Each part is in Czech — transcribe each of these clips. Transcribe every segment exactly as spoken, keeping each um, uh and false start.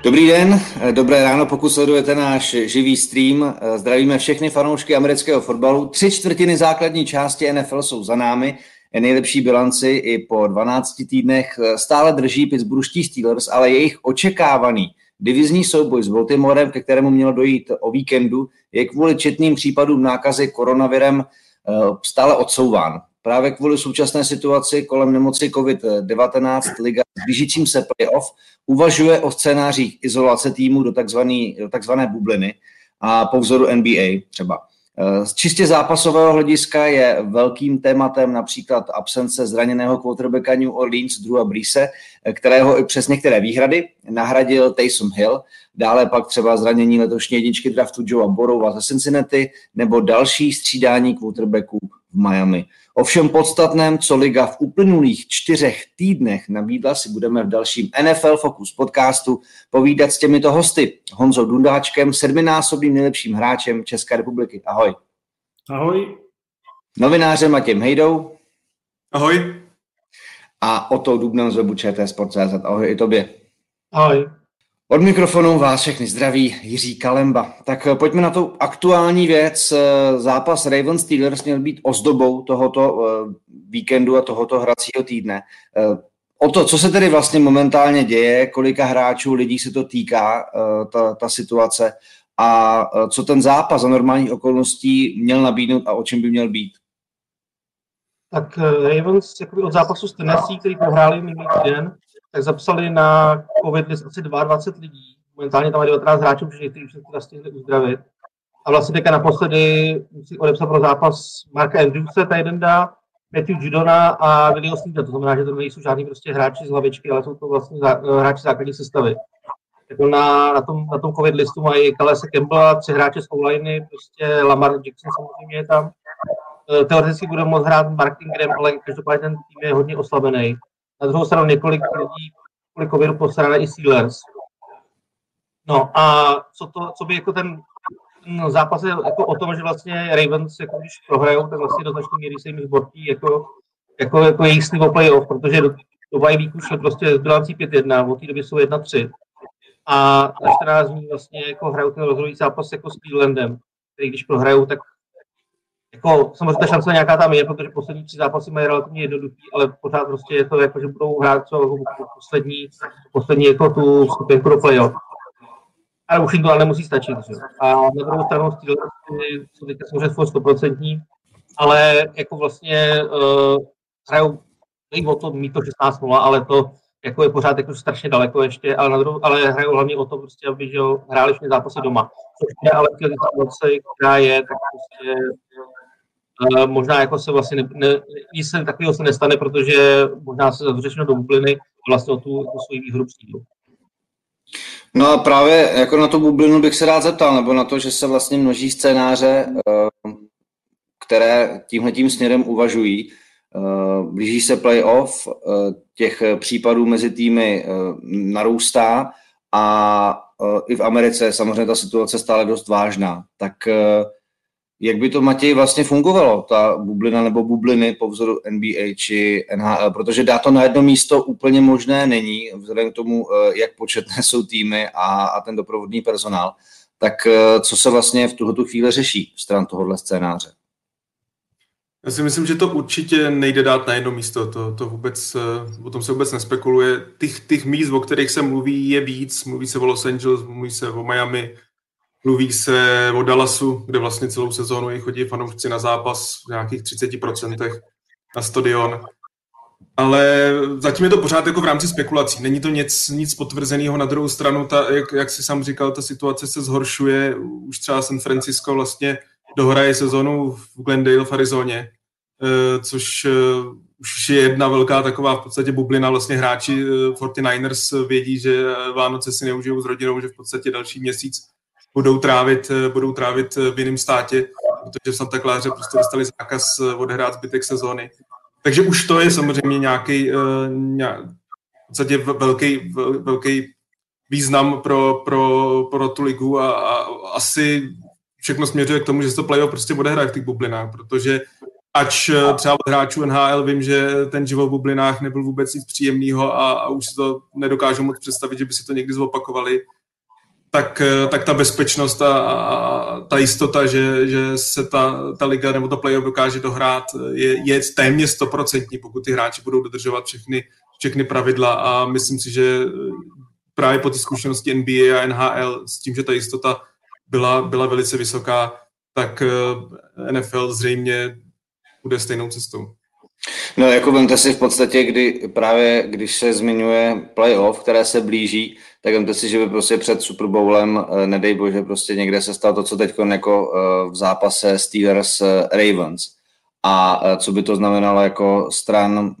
Dobrý den, dobré ráno, pokud sledujete náš živý stream. Zdravíme všechny fanoušky amerického fotbalu. Tři čtvrtiny základní části N F L jsou za námi. Nejlepší bilanci i po dvanácti týdnech stále drží Pittsburghští Steelers, ale jejich očekávaný divizní souboj s Baltimorem, ke kterému mělo dojít o víkendu, je kvůli četným případům nákazy koronavirem stále odsouván. Právě kvůli současné situaci kolem nemoci covid devatenáct liga s blížícím se playoff uvažuje o scénářích izolace týmu do takzvané, do takzvané bubliny a po vzoru N B A třeba. Z čistě zápasového hlediska je velkým tématem například absence zraněného quarterbacka New Orleans Drewa Breese, kterého i přes některé výhrady nahradil Taysom Hill. Dále pak třeba zranění letošní jedničky draftu Joea Burrowa ze Cincinnati nebo další střídání quarterbacků v Miami. O všem podstatném, co liga v uplynulých čtyřech týdnech nabídla, si budeme v dalším N F L Focus podcastu povídat s těmito hosty. Honzou Dundáčkem, sedminásobným nejlepším hráčem České republiky. Ahoj. Ahoj. Novinářem Matějem Hejdou. Ahoj. A Otou Dubnem z webu Č T Sport tečka cé zet. Ahoj i tobě. Ahoj. Od mikrofonu vás všechny zdraví Jiří Kalemba. Tak pojďme na tu aktuální věc. Zápas Ravens Steelers měl být ozdobou tohoto víkendu a tohoto hracího týdne. O to, co se tedy vlastně momentálně děje, kolika hráčů, lidí se to týká, ta, ta situace a co ten zápas za normálních okolností měl nabídnout a o čem by měl být? Tak Ravens jakoby od zápasu s Tennessee, který prohráli minulý týden, tak zapsali na covid list asi dvacet dva lidí. Momentálně tam je devatenáct hráčů, protože někteří už se teda stihli uzdravit. A vlastně teďka naposledy musí odepsat pro zápas Marka Andrewse, Tidenda, Matthew Judona a Willieho Sneada. To znamená, že to nejsou žádní prostě hráči z hlavičky, ale jsou to vlastně zá, hráči základní sestavy. Jako na, na, tom, na tom covid listu mají Calese Campbella, tři hráče z O-liney, prostě Lamar Jackson samozřejmě je tam. Teoreticky bude moct hrát Mark Ingram, ale každopádně ten tým je hodně oslabený. Na druhou stranu několik lidí kvůli covidu posrané i Steelers. No a co, to, co by jako ten, ten zápas je jako o tom, že vlastně Ravens, jako když prohrajou, tak vlastně do značné míry se jim zbortí jako, jako, jako jejich sliv o playoff, protože do, do bye-weeku šli prostě s bilancí pět jedna, od té doby jsou jedna tři. A na čtrnáct dní vlastně jako hrajou ten rozhodující zápas jako s Clevelandem, který když prohrajou, tak jako samozřejmě ta šance nějaká tam je, protože poslední tři zápasy mají relativně jednoduchý, ale pořád prostě je to jako, že budou hrát co poslední, poslední jako tu skupinku do playoff. Ale už jim to ale nemusí stačit. Že? A na druhou stranu Steelers jsou teďka samozřejmě sto procent, ale jako vlastně uh, hrajou, nejde o to mít to šestnáct nula, ale to jako je pořád jako strašně daleko ještě, ale, na druhou, ale hrajou hlavně o to, prostě, aby že, hráli všechny zápasy doma. Což je ale v situaci, která je, tak prostě Uh, možná jako se vlastně ne, ne, nic se takového se nestane, protože možná se zařešeno do bubliny a vlastně o tu, tu svoji výhru přijdu. No a právě jako na tu bublinu bych se rád zeptal, nebo na to, že se vlastně množí scénáře, uh, které tímhletím směrem uvažují. Uh, blíží se playoff, uh, těch případů mezi týmy uh, narůstá a uh, i v Americe je samozřejmě ta situace stále dost vážná. Tak uh, jak by to, Matěj, vlastně fungovalo, ta bublina nebo bubliny po vzoru N B A či N H L, protože dát to na jedno místo úplně možné není, vzhledem k tomu, jak početné jsou týmy a, a ten doprovodný personál. Tak co se vlastně v tuhletu chvíli řeší stran tohohle scénáře? Já si myslím, že to určitě nejde dát na jedno místo, to, to vůbec, o tom se vůbec nespekuluje. Těch, těch míst, o kterých se mluví, je víc, mluví se o Los Angeles, mluví se o Miami, mluví se o Dallasu, kde vlastně celou sezónu i chodí fanoušci na zápas v nějakých třicet procent na stadion. Ale zatím je to pořád jako v rámci spekulací. Není to nic, nic potvrzeného. Na druhou stranu, ta, jak, jak jsi sám říkal, ta situace se zhoršuje. Už třeba San Francisco vlastně dohraje sezónu v Glendale v Arizoně, což už je jedna velká taková v podstatě bublina. Vlastně hráči forty-niners vědí, že Vánoce si neužijou s rodinou, že v podstatě další měsíc budou trávit, budou trávit v jiném státě, protože v Santa Claře prostě dostali zákaz odehrát zbytek sezóny. Takže už to je samozřejmě nějaký, nějak, v podstatě velký, velký význam pro, pro, pro tu ligu a, a asi všechno směřuje k tomu, že se to playoff prostě odehraje v těch bublinách, protože ač třeba od hráčů N H L vím, že ten život v bublinách nebyl vůbec nic příjemného a, a už si to nedokážu moc představit, že by si to někdy zopakovali, tak, tak ta bezpečnost a, a ta jistota, že, že se ta, ta liga nebo to playoff dokáže dohrát, je, je téměř stoprocentní, pokud ty hráči budou dodržovat všechny, všechny pravidla a myslím si, že právě po té zkušenosti N B A a N H L s tím, že ta jistota byla, byla velice vysoká, tak N F L zřejmě bude stejnou cestou. No jako vemte si v podstatě, kdy právě když se zmiňuje playoff, které se blíží, tak vemte si, že by prostě před Super Bowlem, nedej bože, prostě někde se stalo to, co teď jako v zápase Steelers Ravens. A co by to znamenalo jako stran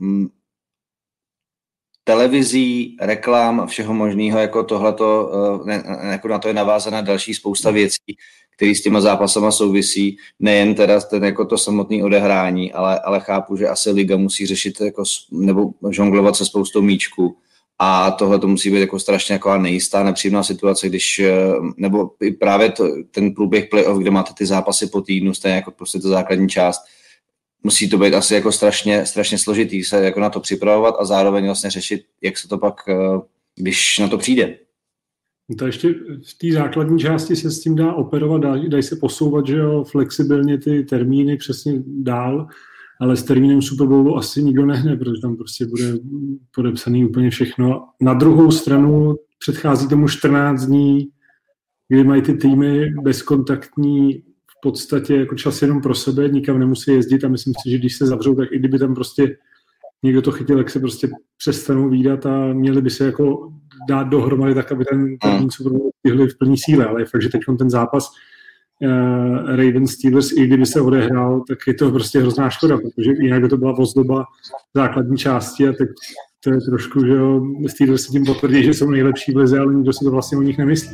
televizí, reklam, všeho možného, jako tohleto, jako na to je navázaná další spousta věcí, které s těma zápasama souvisí, nejen teda ten, jako to samotné odehrání, ale, ale chápu, že asi liga musí řešit jako, nebo žonglovat se spoustou míčků a tohle to musí být jako strašně jako nejistá, nepříjemná situace, když, nebo i právě to, ten průběh playoff, kde máte ty zápasy po týdnu, stejně jako prostě ta základní část, musí to být asi jako strašně, strašně složitý se jako na to připravovat a zároveň vlastně řešit, jak se to pak, když na to přijde. To ještě v té základní části se s tím dá operovat, dá, dají se posouvat, že jo, flexibilně ty termíny přesně dál, ale s termínem Super Bowlu asi nikdo nehne, protože tam prostě bude podepsaný úplně všechno. Na druhou stranu předchází tomu čtrnáct dní, kdy mají ty týmy bezkontaktní v podstatě jako čas jenom pro sebe, nikam nemusí jezdit a myslím si, že když se zavřou, tak i kdyby tam prostě někdo to chytil, tak se prostě přestanou vídat a měli by se jako dát dohromady tak, aby ten termín Super Bowl stihli v plný síle, ale je fakt, že teď ten zápas uh, Ravens Steelers, i kdyby se odehrál, tak je to prostě hrozná škoda, protože jinak by to byla ozdoba základní části a teď to je trošku, že jo, Steelers si tím potvrdí, že jsou nejlepší v lize, ale nikdo si to vlastně o nich nemyslí.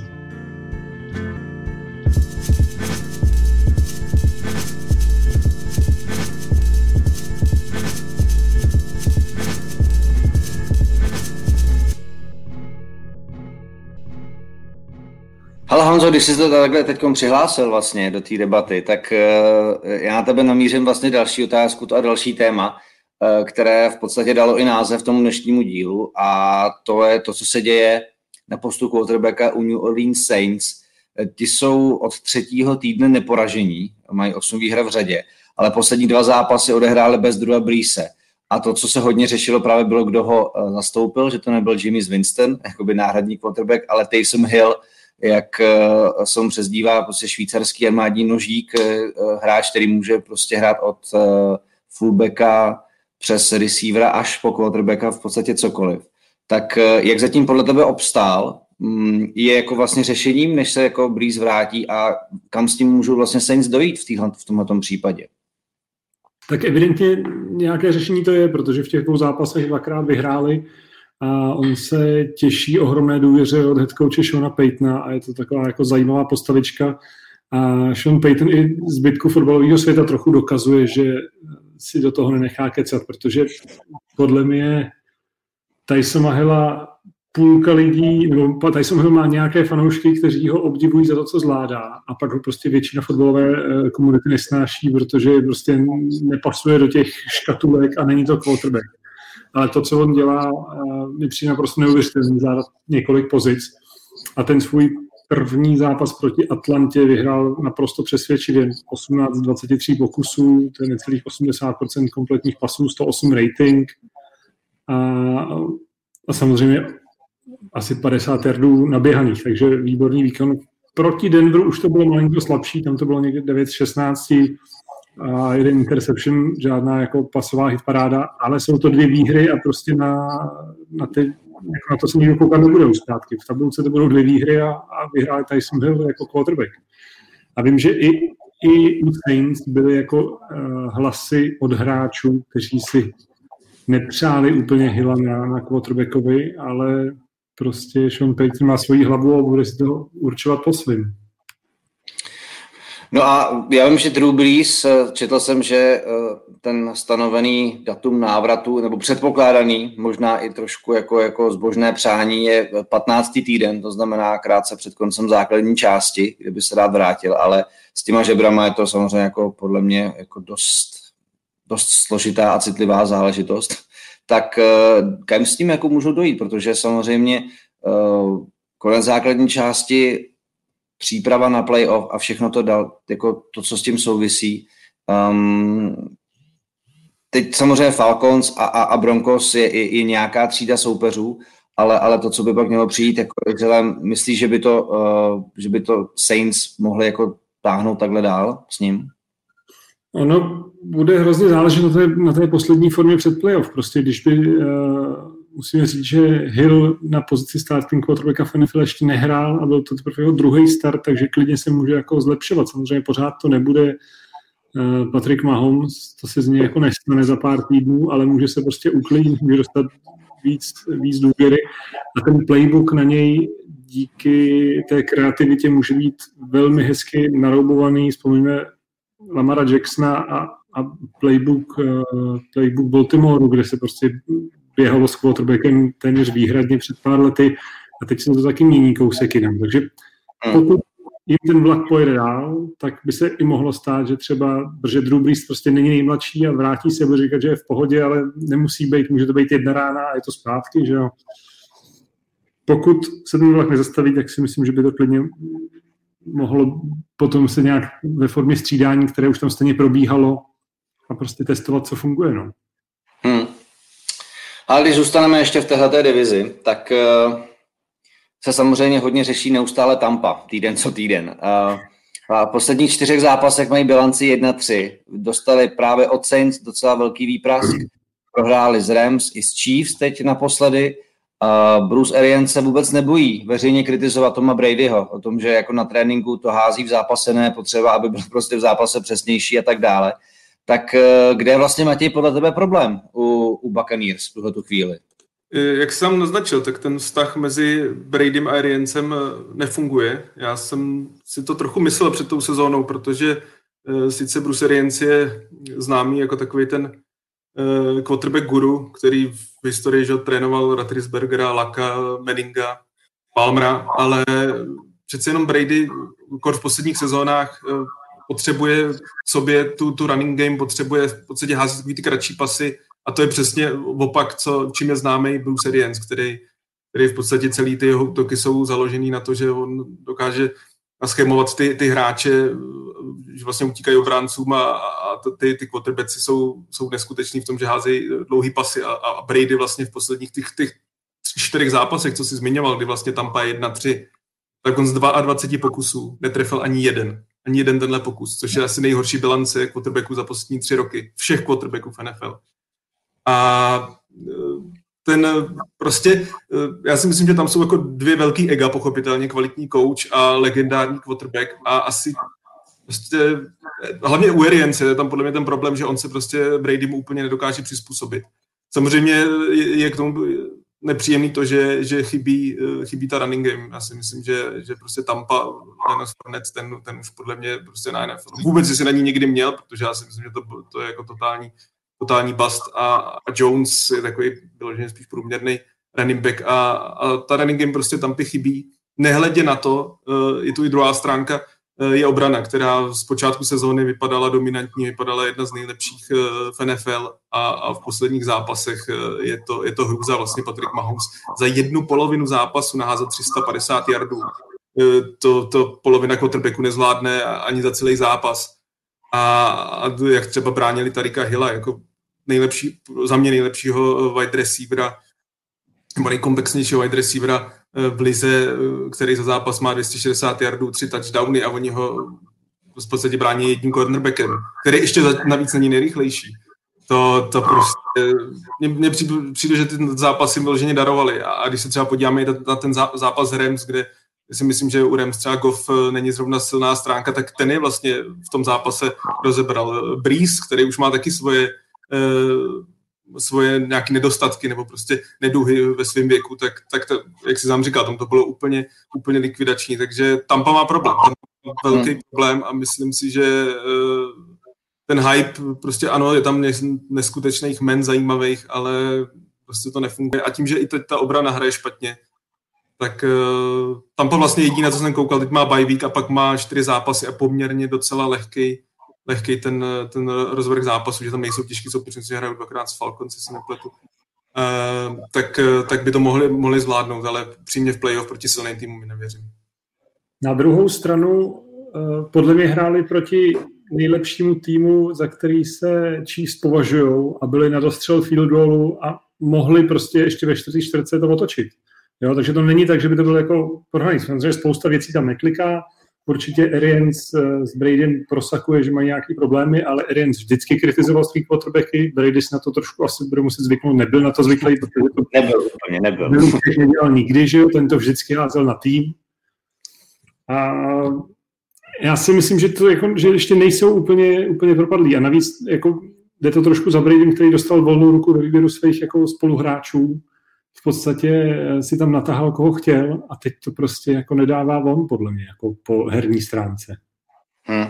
Ale Honzo, když jsi to takhle teď přihlásil vlastně do té debaty, tak já na tebe namířím vlastně další otázku a další téma, které v podstatě dalo i název tomu dnešnímu dílu a to je to, co se děje na postu quarterbacka u New Orleans Saints. Ti jsou od třetího týdne neporažení, mají osm výher v řadě, ale poslední dva zápasy odehráli bez Drewa Breese. A to, co se hodně řešilo, právě bylo, kdo ho zastoupil, že to nebyl Jameis Winston, jakoby náhradní quarterback, ale Taysom Hill, jak uh, se mu přezdívá prostě švýcarský armádní nožík, uh, hráč, který může prostě hrát od uh, fullbacka přes receivera až po quarterbacka v podstatě cokoliv. Tak uh, jak zatím podle tebe obstál, um, je jako vlastně řešením, než se jako Breeze vrátí a kam s tím můžou vlastně Saints dojít v, týhle, v tomto případě? Tak evidentně nějaké řešení to je, protože v těch dvou zápasech dvakrát vyhráli a on se těší ohromné důvěře od headcoache Seana Paytona a je to taková jako zajímavá postavička. A Sean Payton i zbytku fotbalového světa trochu dokazuje, že si do toho nenechá kecat, protože podle mě Tysona Hilla půlka lidí, nebo Tyson Hill má nějaké fanoušky, kteří ho obdivují za to, co zvládá a pak ho prostě většina fotbalové komunity nesnáší, protože prostě nepasuje do těch škatulek a není to quarterback. Ale to, co on dělá, mi přijde naprosto neuvěřitelný za několik pozic. A ten svůj první zápas proti Atlantě vyhrál naprosto přesvědčivě. osmnáct z dvaceti tří pokusů, to je necelých osmdesát procent kompletních pasů, sto osm rating. A, a samozřejmě asi padesát yardů naběhaných, takže výborný výkon. Proti Denveru už to bylo malinko slabší, tam to bylo někde devět z šestnácti a jeden interception, žádná jako pasová hitparáda, ale jsou to dvě výhry a prostě na, na, ty, jako na to se nikdo koukat nebude zkrátky. V tabulce to budou dvě výhry a, a vyhráli Tyson Hill jako quarterback. A vím, že i, i u Saints byly jako uh, hlasy od hráčů, kteří si nepřáli úplně Hilla na, na quarterbackovi, ale prostě Sean Payton má svoji hlavu a bude si to určovat po svým. No a já vím, že Drew Brees, četl jsem, že ten stanovený datum návratu, nebo předpokládaný, možná i trošku jako, jako zbožné přání, je patnáctý týden, to znamená krátce před koncem základní části, kde by se rád vrátil, ale s těma žebrama je to samozřejmě jako podle mě jako dost, dost složitá a citlivá záležitost. Tak kam s tím jako můžou dojít, protože samozřejmě konec základní části, příprava na playoff a všechno to dal, jako to, co s tím souvisí. Um, teď samozřejmě Falcons a, a, a Broncos je i nějaká třída soupeřů, ale, ale to, co by pak mělo přijít, jako myslíš, že by to, uh, že by to Saints mohli jako táhnout takhle dál s ním? Ono bude hrozně záležet na té, na té poslední formě před playoff. Prostě když by, uh, musíme říct, že Hill na pozici starting quarterbacka v N F L ještě nehrál a byl to teprve jeho druhý start, takže klidně se může jako zlepšovat. Samozřejmě pořád to nebude uh, Patrick Mahomes, to se z něj jako nestane za pár týdnů, ale může se prostě uklidnit, může dostat víc, víc důvěry a ten playbook na něj díky té kreativitě může být velmi hezky naroubovaný. Vzpomínáme Lamara Jacksona a, a playbook, uh, playbook Baltimoreu, kde se prostě běhalo s quarterbackem téměř výhradně před pár lety a teď se to taky mění kousek jinam. Takže pokud jim ten vlak pojede dál, tak by se i mohlo stát, že třeba, protože Drew Brees prostě není nejmladší a vrátí se, bude říkat, že je v pohodě, ale nemusí být, může to být jedna rána a je to zpátky, že jo. Pokud se ten vlak nezastaví, tak si myslím, že by to klidně mohlo potom se nějak ve formě střídání, které už tam stejně probíhalo a prostě testovat, co funguje, no. Hmm. Ale když zůstaneme ještě v téhleté divizi, tak uh, se samozřejmě hodně řeší neustále Tampa, týden co týden. Uh, a v posledních čtyřech zápasech mají bilanci jedna tři. Dostali právě od Saints docela velký výprask. Prohráli z Rams i z Chiefs teď naposledy. Uh, Bruce Arians se vůbec nebojí veřejně kritizovat Toma Bradyho o tom, že jako na tréninku to hází v zápase, ne potřeba, aby byl prostě v zápase přesnější a tak dále. Tak uh, kde je vlastně, Matěj, podle tebe problém u, u Buccaneers v tuhletu chvíli? Jak jsem naznačil, tak ten vztah mezi Bradym a Ariansem nefunguje. Já jsem si to trochu myslel před tou sezónou, protože uh, sice Bruce Arians je známý jako takový ten uh, quarterback guru, který v historii že trénoval Ratrisbergera, Laka, Manninga, Palmera, ale přece jenom Brady v posledních sezónách uh, potřebuje v sobě tu, tu running game, potřebuje v podstatě házet takový ty kratší pasy a to je přesně opak, co, čím je známý Bruce Arians, který, který v podstatě celý ty jeho útoky jsou založený na to, že on dokáže naschémovat ty, ty hráče, že vlastně utíkají obráncům a, a ty, ty quarterbacki jsou, jsou neskuteční v tom, že házejí dlouhý pasy a, a Brady vlastně v posledních těch, těch čtyřech zápasech, co si zmiňoval, kdy vlastně Tampa jedna tři, tak on z dvacet dva pokusů netrefil ani jeden. Ani jeden tenhle pokus, což je asi nejhorší bilance quarterbacků za poslední tři roky. Všech quarterbacků v N F L. A ten prostě, já si myslím, že tam jsou jako dvě velký ega, pochopitelně kvalitní coach a legendární quarterback a asi prostě, hlavně u Arians je tam podle mě ten problém, že on se prostě Brady mu úplně nedokáže přizpůsobit. Samozřejmě je k tomu nepříjemný to, že, že chybí, chybí ta running game. Já si myslím, že, že prostě Tampa, ten, ten už podle mě prostě na N F L. Vůbec si na ní nikdy měl, protože já si myslím, že to, to je jako totální, totální bust a, a Jones je takový vyloženě spíš průměrný running back a, a ta running game prostě Tampy chybí. Nehledě na to, je tu i druhá stránka, je obrana, která z počátku sezóny vypadala dominantní, vypadala jedna z nejlepších v N F L a, a v posledních zápasech je to, je to hrůza. Vlastně Patrick Mahomes za jednu polovinu zápasu naházet tři sta padesát yardů. To, to polovina quarterbacku nezvládne ani za celý zápas. A, a jak třeba bránili Tarika Hilla, jako nejlepší, za mě nejlepšího wide receivera, nebo nejkomplexnějšího wide receivera v lize, který za zápas má dvě stě šedesát yardů, tři touchdowny a oni ho v podstatě brání jedním cornerbackem, který ještě navíc není nejrychlejší. To, to prostě, mně přijde, že ty zápasy vyloženě darovaly a, a když se třeba podíváme na, na ten zápas Rams, kde si myslím, že u Rams třeba Goff není zrovna silná stránka, tak ten je vlastně v tom zápase rozebral. Brees, který už má taky svoje svoje nějaké nedostatky nebo prostě neduhy ve svém věku, tak, tak to, jak si sám říkal, tam to bylo úplně, úplně likvidační, takže Tampa má problém, tam má velký hmm. problém a myslím si, že uh, ten hype, prostě ano, je tam neskutečných men zajímavých, ale prostě to nefunguje a tím, že i teď ta obrana hraje špatně, tak uh, Tampa vlastně jediné, co jsem koukal, teď má bye week a pak má čtyři zápasy a poměrně docela lehký lehkej ten, ten rozvrh zápasu, že tam nejsou těžký soupeři, že hrajou dvakrát s Falcons, si nepletu. uh, tak, tak by to mohli, mohli zvládnout, ale přímě v playoff proti silným týmu mi nevěřím. Na druhou stranu podle mě hráli proti nejlepšímu týmu, za který se Chiefs považujou a byli na dostřel field goalu a mohli prostě ještě ve čtvrtý čtvrtce to otočit. Jo, takže to není tak, že by to bylo jako prohraný. Samozřejmě spousta věcí tam nekliká. Určitě Arians s Bradym prosakuje, že mají nějaké problémy, ale Arians vždycky kritizoval svý quarterbacky. Brady si na to trošku asi bude muset zvyknout. Nebyl na to zvyklý, protože to nebyl úplně, nebyl. nedělal nikdy, že jo, ten to vždycky házel na tým. A já si myslím, že to jako, že ještě nejsou úplně, úplně propadlí. A navíc jako, jde to trošku za Bradym, který dostal volnou ruku do výběru svých jako spoluhráčů. V podstatě si tam natahal, koho chtěl a teď to prostě jako nedává von, podle mě, jako po herní stránce. Hmm.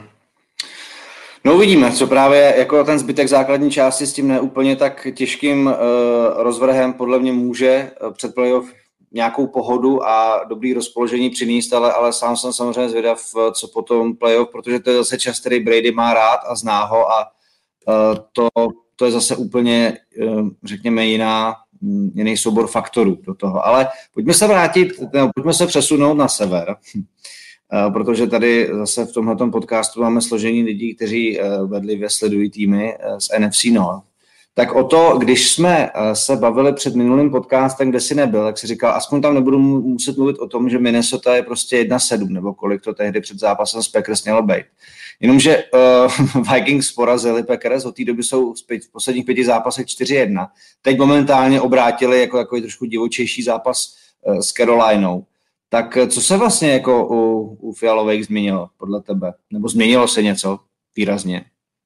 No uvidíme, co právě jako ten zbytek základní části s tím neúplně tak těžkým uh, rozvrhem podle mě může před playoff nějakou pohodu a dobrý rozpoložení přinést, ale, ale sám jsem samozřejmě zvědav, co potom playoff, protože to je zase čas, který Brady má rád a zná ho a uh, to, to je zase úplně, uh, řekněme, jiná jiný soubor faktorů do toho. Ale pojďme se vrátit, no, pojďme se přesunout na sever, protože tady zase v tomhletom podcastu máme složení lidí, kteří bedlivě sledují týmy z N F C North. Tak o to, když jsme se bavili před minulým podcastem, kde si nebyl, tak si říkal, aspoň tam nebudu muset mluvit o tom, že Minnesota je prostě jedna sedm, nebo kolik to tehdy před zápasem s Packers mělo být. Jenomže uh, Vikings porazili Packers, od té doby jsou v posledních pěti zápasech čtyři jedna. Teď momentálně obrátili jako jako trošku divočejší zápas uh, s Carolinou. Tak co se vlastně jako u, u Fialových změnilo podle tebe? Nebo změnilo se něco výrazně?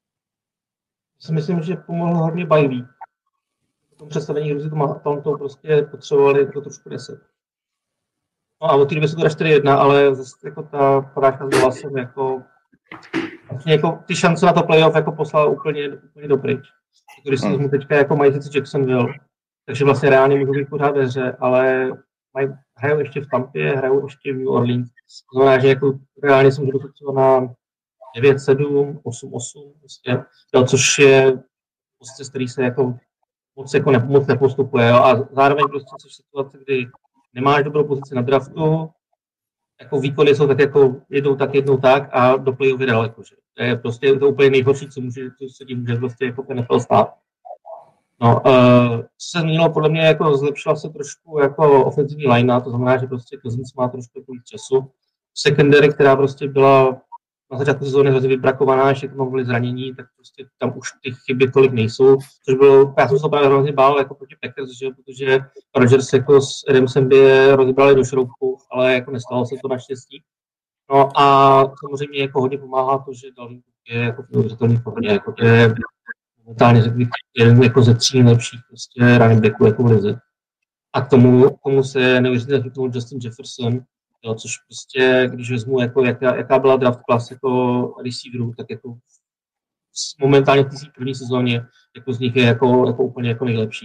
Já si myslím, že pomohlo hodně bye week. V tom představení Hruzi tam to prostě potřebovali to trošku deset. No a od té doby se to čtyři jedna, ale zase jako ta porážka s Dallasem jako, jako ty šance na to playoff jako poslal úplně, úplně dopryč. Když si mu teďka jako mají sice Jacksonville, takže vlastně reálně můžou být pořád ve hře, ale mají, hrajou ještě v Tampě, hrajou ještě v New Orleans. To znamená, že jako reálně se můžou dostat na devět sedm, osm osm, prostě, jo, což je pozice, z který se jako moc, jako ne, moc nepostupuje. Jo, a zároveň prostě což situace, kdy nemáš dobrou pozici na draftu, jako výkony jsou tak jako jednou tak, jednou tak a do playoff je daleko. Že? To je prostě to úplně nejhorší, co, může, co se tím může prostě jako N F L stát. No, uh, co se změnilo, podle mě jako zlepšila se trošku jako ofenzivní line, to znamená, že prostě Cousins má trošku jako víc času. Secondary, která prostě byla na začátku sezóny hrozně vybrakovaná, ještě tam byly zranění, tak prostě tam už ty chyby tolik nejsou, což bylo, já jsem se to právě hrozně bál jako proti Packers, že, protože Rodgers jako s Adamsem by je rozebrali do šroubku, ale jako nestalo se to naštěstí. No a samozřejmě jako hodně pomáhá to, že Dalvin je jako v neuvěřitelný formě, jako to je momentálně řekl jeden jako ze tří nejlepších prostě running backů jako v lize. A k tomu, k tomu se neuvěřitelně zvyknul Justin Jefferson, jo, což prostě, když vezmu, jako, jaká, jaká byla draft class jako receiverů, tak jako momentálně v té první sezóně jako z nich je jako, jako úplně jako nejlepší.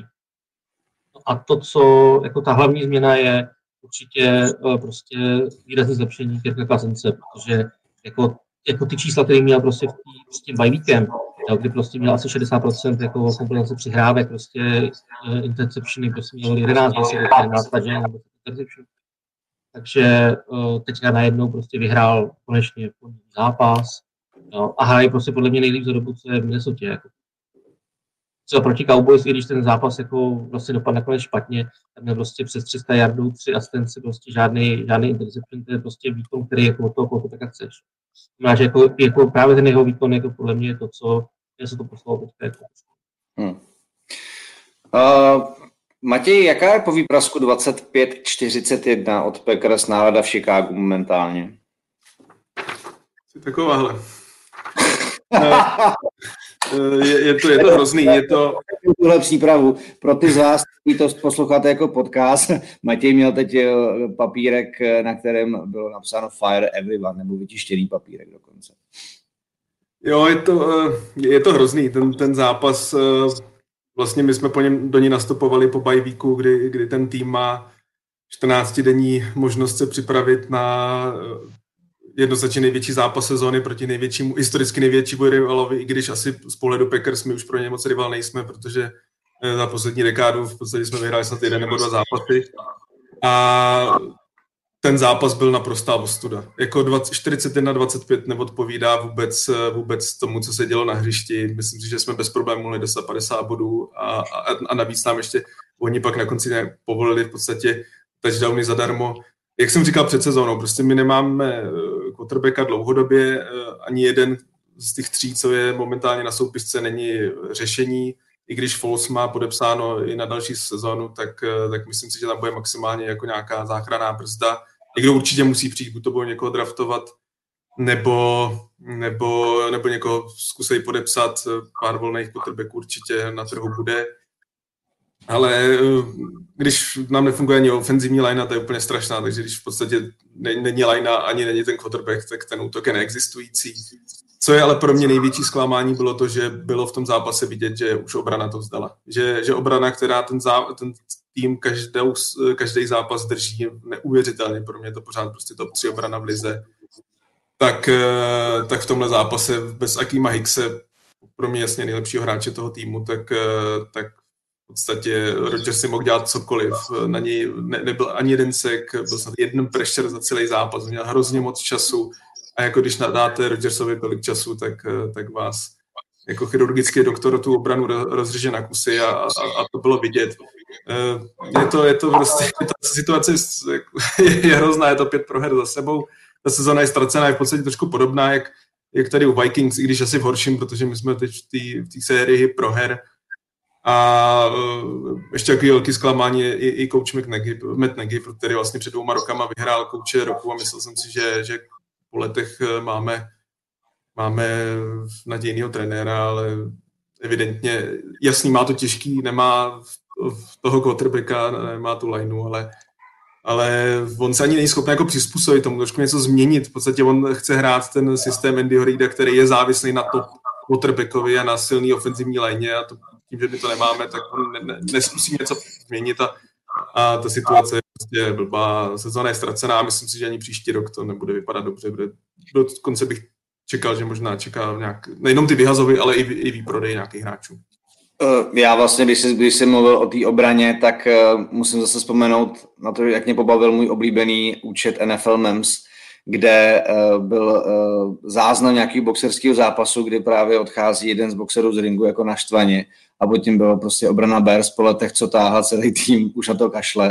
A to, co jako ta hlavní změna je určitě prostě výrazné zlepšení Kirka Cousinse, protože jako, jako ty čísla, které měl prostě v tý, s tím bye weekem, jo, kdy prostě měl asi šedesát procent jako kompletace přihrávek, prostě interceptiony, prostě měl jedenáct deset, jedenáct touchdownů nebo interception. Takže uh, teďka najednou prostě vyhrál konečně zápas, no, a hrají prostě podle mě nejlíp za dobu, co je v Minnesotě. Jako. Třeba proti Cowboys, i když ten zápas jako vlastně dopadl nakonec špatně, tak měl prostě přes tři sta yardů, tři asistence, prostě žádný, žádný interception, to je prostě výkon, který jako od toho koutu tak chceš. Znamená, že jako, jako právě ten jeho výkon jako podle mě je to, co se to poslalo teďka. Jako. Hmm. Uh... Matěj, jaká je po výprasku dvacet pět čtyřicet jedna od Packers nálada v Chicagu momentálně? Takováhle. je, je, to, je to hrozný. Je to... Tuhle přípravu. Pro ty z vás, kteří to posloucháte jako podcast, Matěj měl teď papírek, na kterém bylo napsáno Fire Everyone, nebo vytištěný papírek dokonce. Jo, je to, je to hrozný. Ten, ten zápas... Vlastně my jsme po něm, do ní nastupovali po bye weeku, kdy, kdy ten tým má čtrnáctidenní možnost se připravit na jednoznačně největší zápas sezóny proti největšímu, historicky největšímu rivalovi, i když asi z pohledu Packers my už pro ně moc rival nejsme, protože za poslední dekádu, v podstatě jsme vyhráli snad jeden nebo dva zápasy a ten zápas byl naprostá ostuda. Jako čtyřicet jedna dvacet pět neodpovídá vůbec, vůbec tomu, co se dělo na hřišti. Myslím si, že jsme bez problémů mohli dostat padesát bodů a, a, a navíc nám ještě oni pak na konci povolili v podstatě touchdowny zadarmo. Jak jsem říkal před sezónou, prostě my nemáme quarterbacka dlouhodobě, ani jeden z těch tří, co je momentálně na soupisce, není řešení. I když Foles má podepsáno i na další sezónu, tak, tak myslím si, že tam bude maximálně jako nějaká záchranná brzda. Někdo určitě musí přijít, buď to bude někoho draftovat, nebo, nebo, nebo někoho zkusej podepsat, pár volných quarterbacků určitě na trhu bude. Ale když nám nefunguje ani ofenzivní linea, to je úplně strašná, takže když v podstatě není linea, ani není ten quarterback, tak ten útok je neexistující. Co je ale pro mě největší zklamání, bylo to, že bylo v tom zápase vidět, že už obrana to vzdala. Že, že obrana, která ten, zá, ten tým každou, každý zápas drží neuvěřitelně, pro mě je to pořád prostě top tři obrana v lize, tak, tak v tomhle zápase bez Akima Hickse, pro mě jasně nejlepšího hráče toho týmu, tak, tak v podstatě Rodgers si mohl dělat cokoliv. Na něj ne, nebyl ani jeden sek, byl snad jeden pressure za celý zápas, měl hrozně moc času. A jako když dáte Rodgersovi tolik času, tak, tak vás jako chirurgický doktor tu obranu rozřeže na kusy a, a, a to bylo vidět. Je to, je to prostě, ta situace je, je hrozná, je to pět proher za sebou. Ta sezona je ztracená, je v podstatě trošku podobná, jak, jak tady u Vikings, i když asi v horším, protože my jsme teď v té sérii proher. A ještě takový velký zklamání je i, i coach McNaghy, Matt Nagy, který vlastně před dvouma rokama vyhrál kouče roku a myslel jsem si, že, že po letech máme, máme nadějného trenéra, ale evidentně, jasný, má to těžký, nemá toho quarterbacka, nemá tu lineu, ale, ale on se ani není schopný jako přizpůsobit tomu, trošku něco změnit. V podstatě on chce hrát ten systém Andyho Reida, který je závislý na top quarterbackovi a na silný ofenzivní lině a to, tím, že my to nemáme, tak on ne, ne, neskusí něco změnit a, a ta situace je prostě blbá, sezóna je ztracená a myslím si, že ani příští rok to nebude vypadat dobře, bude, dokonce bych čekal, že možná čeká nějak, nejenom ty vyhazovy, ale i, i výprodej nějakých hráčů. Já vlastně, když jsi, když jsi mluvil o té obraně, tak uh, musím zase vzpomenout na to, jak mě pobavil můj oblíbený účet N F L Memes, kde uh, byl uh, záznam nějakého boxerského zápasu, kdy právě odchází jeden z boxerů z ringu jako naštvaně a pod tím bylo prostě obrana Bears po letech, co táhla celý tým, už na to kašle.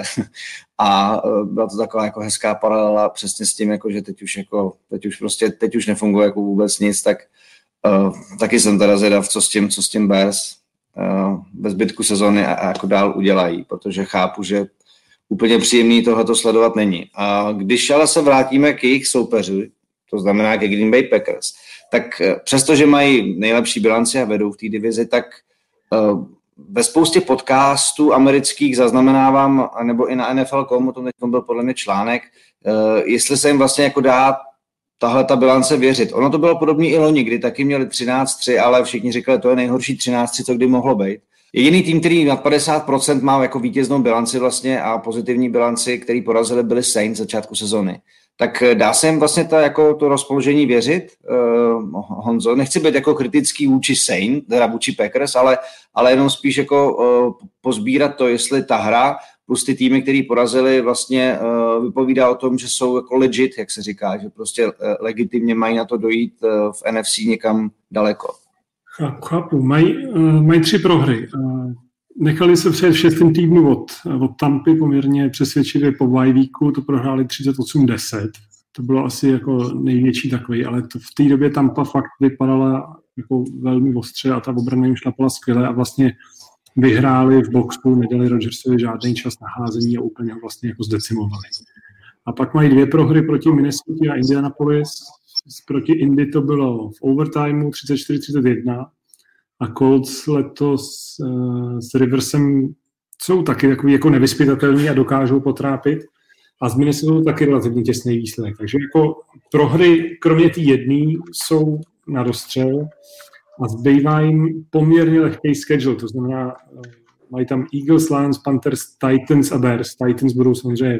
A uh, byla to taková jako hezká paralela přesně s tím, jako, že teď už, jako, teď už prostě teď už nefunguje jako vůbec nic, tak uh, taky jsem teda zvědav, co s tím, co s tím Bears uh, ve zbytku sezóny a, a jako dál udělají, protože chápu, že úplně příjemný tohleto sledovat není. A když ale se vrátíme k jejich soupeři, to znamená ke Green Bay Packers, tak přestože mají nejlepší bilanci a vedou v té divizi, tak uh, ve spoustě podcastů amerických zaznamenávám, nebo i na N F L tečka com, o tom teď byl podle mě článek, uh, jestli se jim vlastně jako dá tahle ta bilance věřit. Ono to bylo podobné i loni, kdy taky měli třináct tři, ale všichni říkali, to je nejhorší třináct tři, co kdy mohlo být. Jediný tým, který nad padesát procent má jako vítěznou bilanci vlastně a pozitivní bilanci, který porazili, byli Saints začátku sezony. Tak dá se jim vlastně ta, jako to rozpoložení věřit, uh, Honzo? Nechci být jako kritický vůči Saints, teda vůči Packers, ale, ale jenom spíš jako uh, pozbírat to, jestli ta hra plus ty týmy, který porazili, vlastně uh, vypovídá o tom, že jsou jako legit, jak se říká, že prostě uh, legitimně mají na to dojít uh, v N F C někam daleko. Chápu, chápu. Mají, uh, mají tři prohry. Uh, nechali se před v šestém týdnu od, od Tampy poměrně přesvědčivě po bye weeku, to prohráli třicet osm deset. To bylo asi jako největší takový, ale to v té době Tampa fakt vypadala jako velmi ostře a ta obrana jim šlapala skvěle a vlastně vyhráli v boxu, nedali Rodgersovi žádný čas na házení a úplně ho vlastně jako zdecimovali. A pak mají dvě prohry proti Minnesota a Indianapolis. Proti Indy to bylo v overtimeu třicet čtyři třicet jedna a Colts letos uh, s Riversem jsou taky takový jako nevyzpytatelní a dokážou potrápit. A z Minnesota taky relativně těsný výsledek. Takže jako prohry, kromě té jedné, jsou na dostřel a zbývá jim poměrně lehký schedule. To znamená, uh, mají tam Eagles, Lions, Panthers, Titans a Bears. Titans budou samozřejmě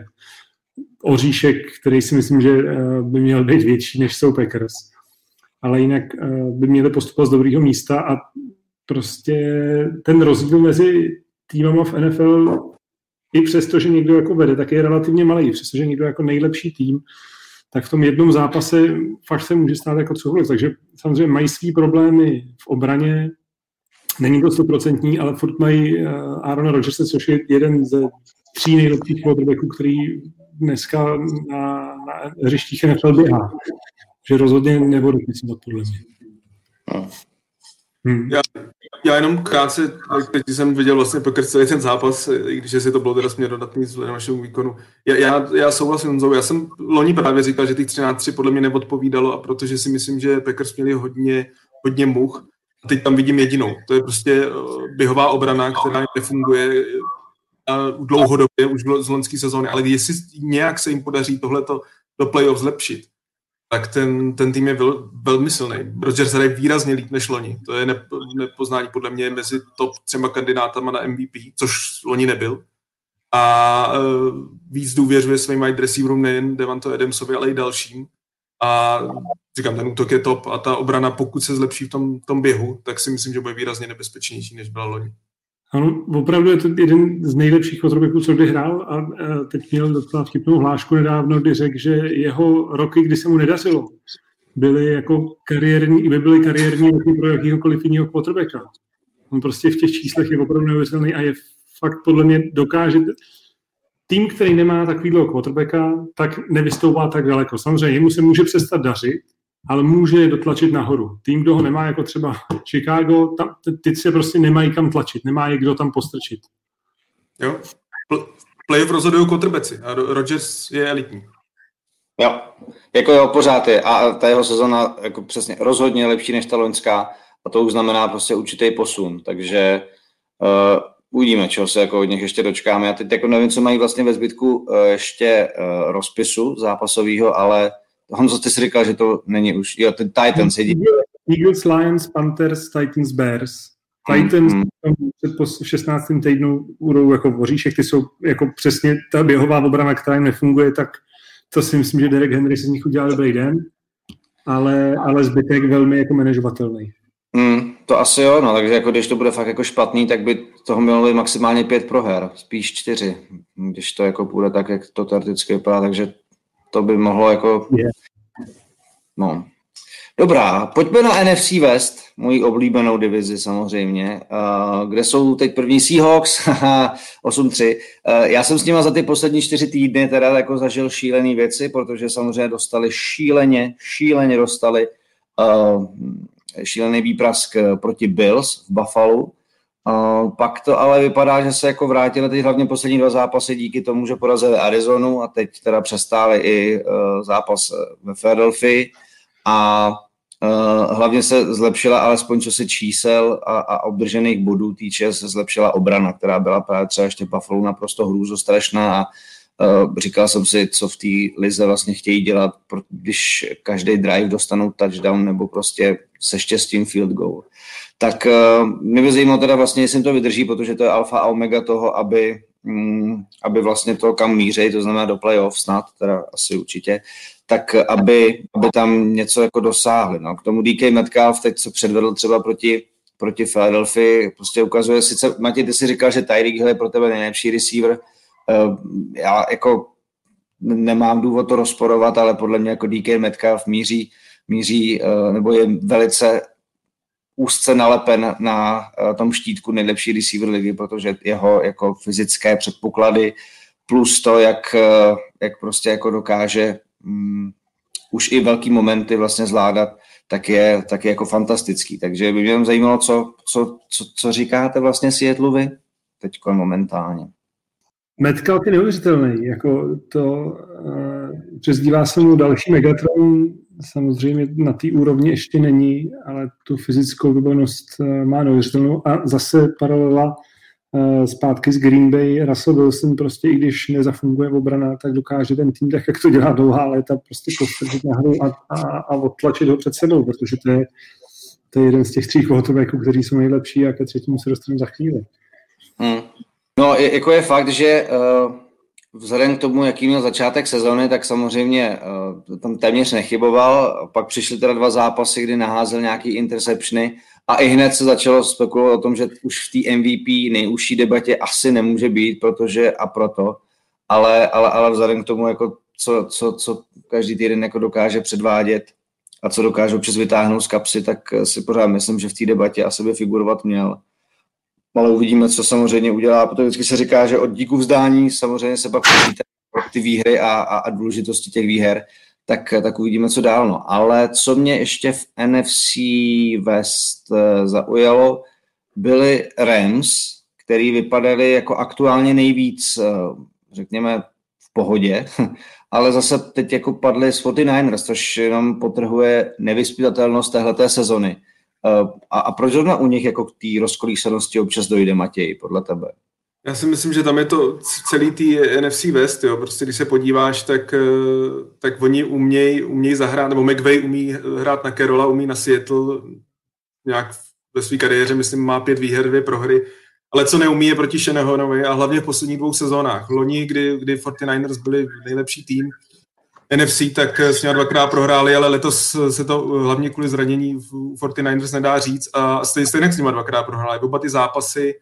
oříšek, který si myslím, že by měl být větší, než jsou Packers. Ale jinak by měli postupovat z dobrýho místa a prostě ten rozdíl mezi týmama v N F L i přesto, že někdo jako vede, tak je relativně malý, přestože někdo jako nejlepší tým, tak v tom jednom zápase fakt se může stát jako cokoliv. Takže samozřejmě mají svý problémy v obraně, není to stoprocentní, ale furt mají Aarona Rodgerse, což je jeden ze tří nejlepších quarterbacků, který dneska na, na hřištích N F L běhá. Že rozhodně nebudu pisovat podle mě. Hmm. Já, já jenom krátce, teď jsem viděl vlastně Packers celý ten zápas, i když si to bylo teda směr dodatný vzhledem našemu výkonu. Já, já, já souhlasím Honzou, já jsem loni právě říkal, že těch třináct tři podle mě neodpovídalo a protože si myslím, že Packers měli hodně, hodně much. A teď tam vidím jedinou. To je prostě běhová obrana, která nefunguje dlouhodobě, už z loňské sezóny, ale jestli nějak se jim podaří tohleto do playoff zlepšit, tak ten, ten tým je vel, velmi silný. Rodgers hraje výrazně líp než loni. To je ne, nepoznání podle mě mezi top třema kandidátama na M V P, což loni nebyl. A uh, víc důvěřuje svým wide receiverům, nejen Devonte Adamsovi, ale i dalším. A říkám, ten útok je top a ta obrana, pokud se zlepší v tom, tom běhu, tak si myslím, že bude výrazně nebezpečnější, než byla loni. Ano, opravdu je to jeden z nejlepších quarterbacků, co kdy hrál a teď měl docela vtipnou hlášku nedávno, kdy řekl, že jeho roky, kdy se mu nedařilo, byly jako kariérní, by byly kariérní roky pro jakýhokoliv jiného quarterbacka. On prostě v těch číslech je opravdu neuvěřitelný a je fakt podle mě dokáže. Tým, který nemá takovýhle quarterbacka, tak nevystoupá tak daleko. Samozřejmě jemu se může přestat dařit, ale může je dotlačit nahoru. Tým, kdo ho nemá, jako třeba Chicago, tam, ty se prostě nemají kam tlačit, nemá je kdo tam postrčit. Jo, playoff rozhodují quarterbacki a Rodgers je elitní. Jo, jako jo, pořád je. A ta jeho sezona jako přesně rozhodně lepší než ta loňská a to už znamená prostě určitý posun, takže uh, uvidíme, čeho se jako od nich ještě dočkáme. Já teď jako nevím, co mají vlastně ve zbytku uh, ještě uh, rozpisu zápasového, ale Honzo, ty jsi říkal, že to není už, jo, ten Titans je Eagles, Lions, Panthers, Titans, Bears. Titans mm. po šestnáctém týdnu budou jako voříšek, ty jsou jako přesně ta běhová obrana, která jim nefunguje, tak to si myslím, že Derek Henry si z nich udělal dobrý den, ale, ale zbytek velmi jako manažovatelný. Mm, to asi jo, no, takže jako když to bude fakt jako špatný, tak by toho mělo být maximálně pět proher, spíš čtyři, když to jako půjde tak, jak to teoreticky vypadá, takže to by mohlo jako... Yeah. No. Dobrá, pojďme na N F C West, moji oblíbenou divizi samozřejmě, uh, kde jsou teď první Seahawks, osm tři. Uh, já jsem s nima za ty poslední čtyři týdny teda jako zažil šílený věci, protože samozřejmě dostali šíleně, šíleně dostali uh, šílený výprask proti Bills v Buffalo. Uh, pak to ale vypadá, že se jako vrátili teď hlavně poslední dva zápasy díky tomu, že porazili Arizonu a teď teda přestáli i uh, zápas ve Philadelphii a uh, hlavně se zlepšila alespoň co se čísel a, a obdržených bodů týče, se zlepšila obrana, která byla právě třeba ještě Buffalo naprosto hrůzostrašná a uh, říkal jsem si, co v té lize vlastně chtějí dělat, když každý drive dostanou touchdown nebo prostě se štěstím field goal. Tak uh, mě by zajímalo teda vlastně, jestli to vydrží, protože to je alfa a omega toho, aby, um, aby vlastně to kam míří, to znamená do playoff snad, teda asi určitě, tak aby, aby tam něco jako dosáhli. No. K tomu D K Metcalf teď, co předvedl třeba proti, proti Philadelphii, prostě ukazuje, sice Matěj, ty si říkal, že Tyreek Hill je pro tebe nejlepší receiver, uh, já jako nemám důvod to rozporovat, ale podle mě jako D K Metcalf míří, míří uh, nebo je velice úzce nalepen na uh, tom štítku nejlepší receiver ligy, protože jeho jako fyzické předpoklady plus to, jak, uh, jak prostě jako dokáže um, už i velký momenty vlastně zvládat, tak je, tak je jako fantastický. Takže by mě zajímalo, co, co, co, co říkáte vlastně Seattleu vy teďko momentálně. Metcalf je neuvěřitelný, jako to uh, přezdívá se mu další Megatron, samozřejmě na té úrovni ještě není, ale tu fyzickou vybavenost uh, má neuvěřitelnou a zase paralela uh, zpátky z Green Bay, Russell Wilson prostě i když nezafunguje obrana, tak dokáže ten tým tak, jak to dělá dlouhá léta, prostě postrčit nahoru a, a, a odtlačit ho před sebou, protože to je, to je jeden z těch tří quarterbacků, kteří jsou nejlepší a ke třetímu se dostaneme za chvíli. Hmm. No, jako je fakt, že uh, vzhledem k tomu, jaký měl začátek sezony, tak samozřejmě uh, tam téměř nechyboval. Pak přišly teda dva zápasy, kdy naházel nějaký interceptiony a i hned se začalo spekulovat o tom, že už v té M V P nejužší debatě asi nemůže být, protože a proto. Ale, ale, ale vzhledem k tomu, jako co, co, co každý týden jako dokáže předvádět a co dokáže občas vytáhnout z kapsy, tak si pořád myslím, že v té debatě asi by figurovat měl. Ale uvidíme, co samozřejmě udělá, protože vždycky se říká, že od díku vzdání samozřejmě se pak počítá ty výhry a, a, a důležitosti těch výher, tak, tak uvidíme, co dál. No. Ale co mě ještě v N F C West zaujalo, byly Rams, který vypadaly jako aktuálně nejvíc, řekněme, v pohodě, ale zase teď jako padly z čtyřicátých devět, což jenom potrhuje nevyzpytatelnost téhleté sezony. A, a proč zrovna u nich jako k té rozkolísanosti občas dojde, Matěj, podle tebe? Já si myslím, že tam je to celý tý N F C West, jo. Prostě když se podíváš, tak, tak oni umějí uměj zahrát, nebo McVay umí hrát na Carola, umí na Seattle, nějak ve své kariéře, myslím, má pět výher, dvě prohry, ale co neumí je proti Shanahanovi a hlavně v posledních dvou sezónách. Loni, kdy, kdy čtyřicátých devět byli nejlepší tým N F C, tak s ním dvakrát prohráli, ale letos se to hlavně kvůli zranění v čtyřicátých devět nedá říct a stejně s nimi dvakrát prohráli. Oba ty zápasy,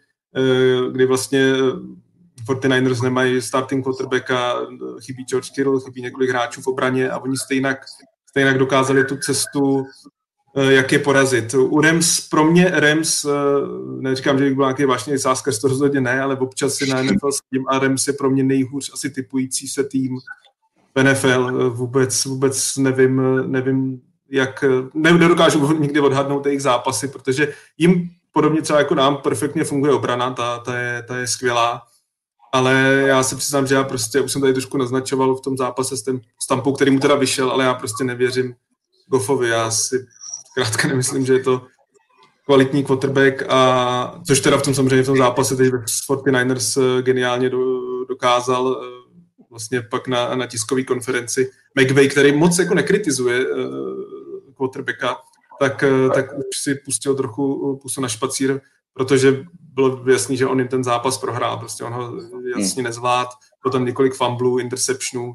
kdy vlastně čtyřicátých devět nemají starting quarterbacka, chybí George Kittle, chybí několik hráčů v obraně a oni stejnak, stejnak dokázali tu cestu, jak je porazit. U Rams, pro mě Rams, neříkám, že bych byl nějaký vážný sázkař, to rozhodně ne, ale občas si na N F L sedím a Rams je pro mě nejhůř asi typující se tým v N F L. Vůbec, vůbec nevím, nevím, jak, nedokážu nikdy odhadnout jejich zápasy, protože jim podobně třeba jako nám perfektně funguje obrana, ta, ta, je, ta je skvělá, ale já se přiznám, že já prostě, už jsem tady trošku naznačoval v tom zápase s, tím, s Tampou, který mu teda vyšel, ale já prostě nevěřím Goffovi, já si zkrátka nemyslím, že je to kvalitní quarterback, a což teda v tom samozřejmě v tom zápase teď s čtyřicátých devět geniálně do, dokázal vlastně pak na, na tiskové konferenci. McVay, který moc jako nekritizuje uh, quarterbacka, tak, uh, tak už si pustil trochu pusu na špacír, protože bylo jasný, že on jim ten zápas prohrál. Prostě on ho jasně nezvlád, bylo tam několik fumblů, interceptionů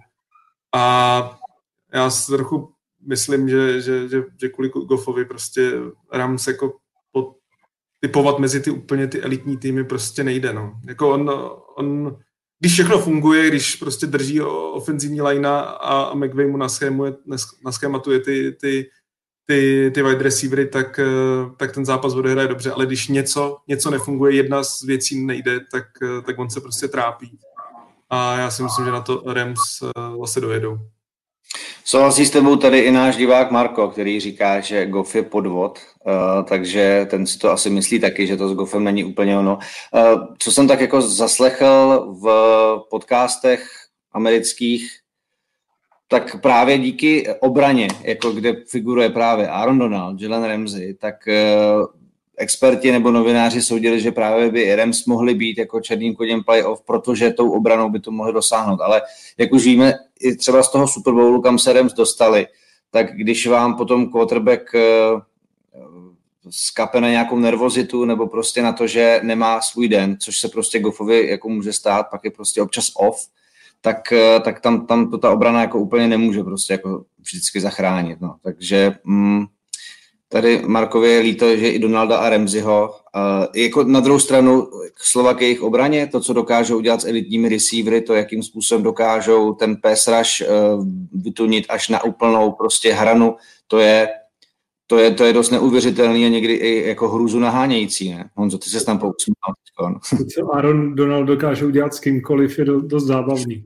a já si trochu myslím, že, že, že, že kvůli Goffovi prostě Rams jako typovat mezi ty úplně ty elitní týmy prostě nejde. No. Jako on, on, když všechno funguje, když prostě drží ofenzivní linea a McVay mu naschématuje ty, ty, ty, ty wide receivery, tak, tak ten zápas odehraje dobře, ale když něco, něco nefunguje, jedna z věcí nejde, tak, tak on se prostě trápí. A já si myslím, že na to Rams zase dojedou. Souhlasí s tebou tady i náš divák Marko, který říká, že Goff je podvod, uh, takže ten si to asi myslí taky, že to s Goffem není úplně ono. Uh, co jsem tak jako zaslechl v podcastech amerických, tak právě díky obraně, jako kde figuruje právě Aaron Donald, Jalen Ramsey, tak uh, experti nebo novináři soudili, že právě by Rams mohli být jako černým koněm playoff, protože tou obranou by to mohli dosáhnout. Ale jak už víme, i třeba z toho Super Bowlu, kam se Rams dostali, tak když vám potom quarterback uh, skape na nějakou nervozitu nebo prostě na to, že nemá svůj den, což se prostě Goffovi jako může stát, pak je prostě občas off, tak, uh, tak tam, tam to ta obrana jako úplně nemůže prostě jako vždycky zachránit. No. Takže... Mm, tady Markovi je líto, že i Donalda a Ramseyho. Uh, jako na druhou stranu slova k jejich obraně, to, co dokážou udělat s elitními receivery, to, jakým způsobem dokážou ten pass rush uh, vytunit až na úplnou prostě hranu, to je, to je, to je dost neuvěřitelný a někdy i jako hruzu nahánějící. Ne? Honzo, ty se tam pousmál. To, co Aaron Donald dokáže udělat s kýmkoliv, je do, dost zábavný.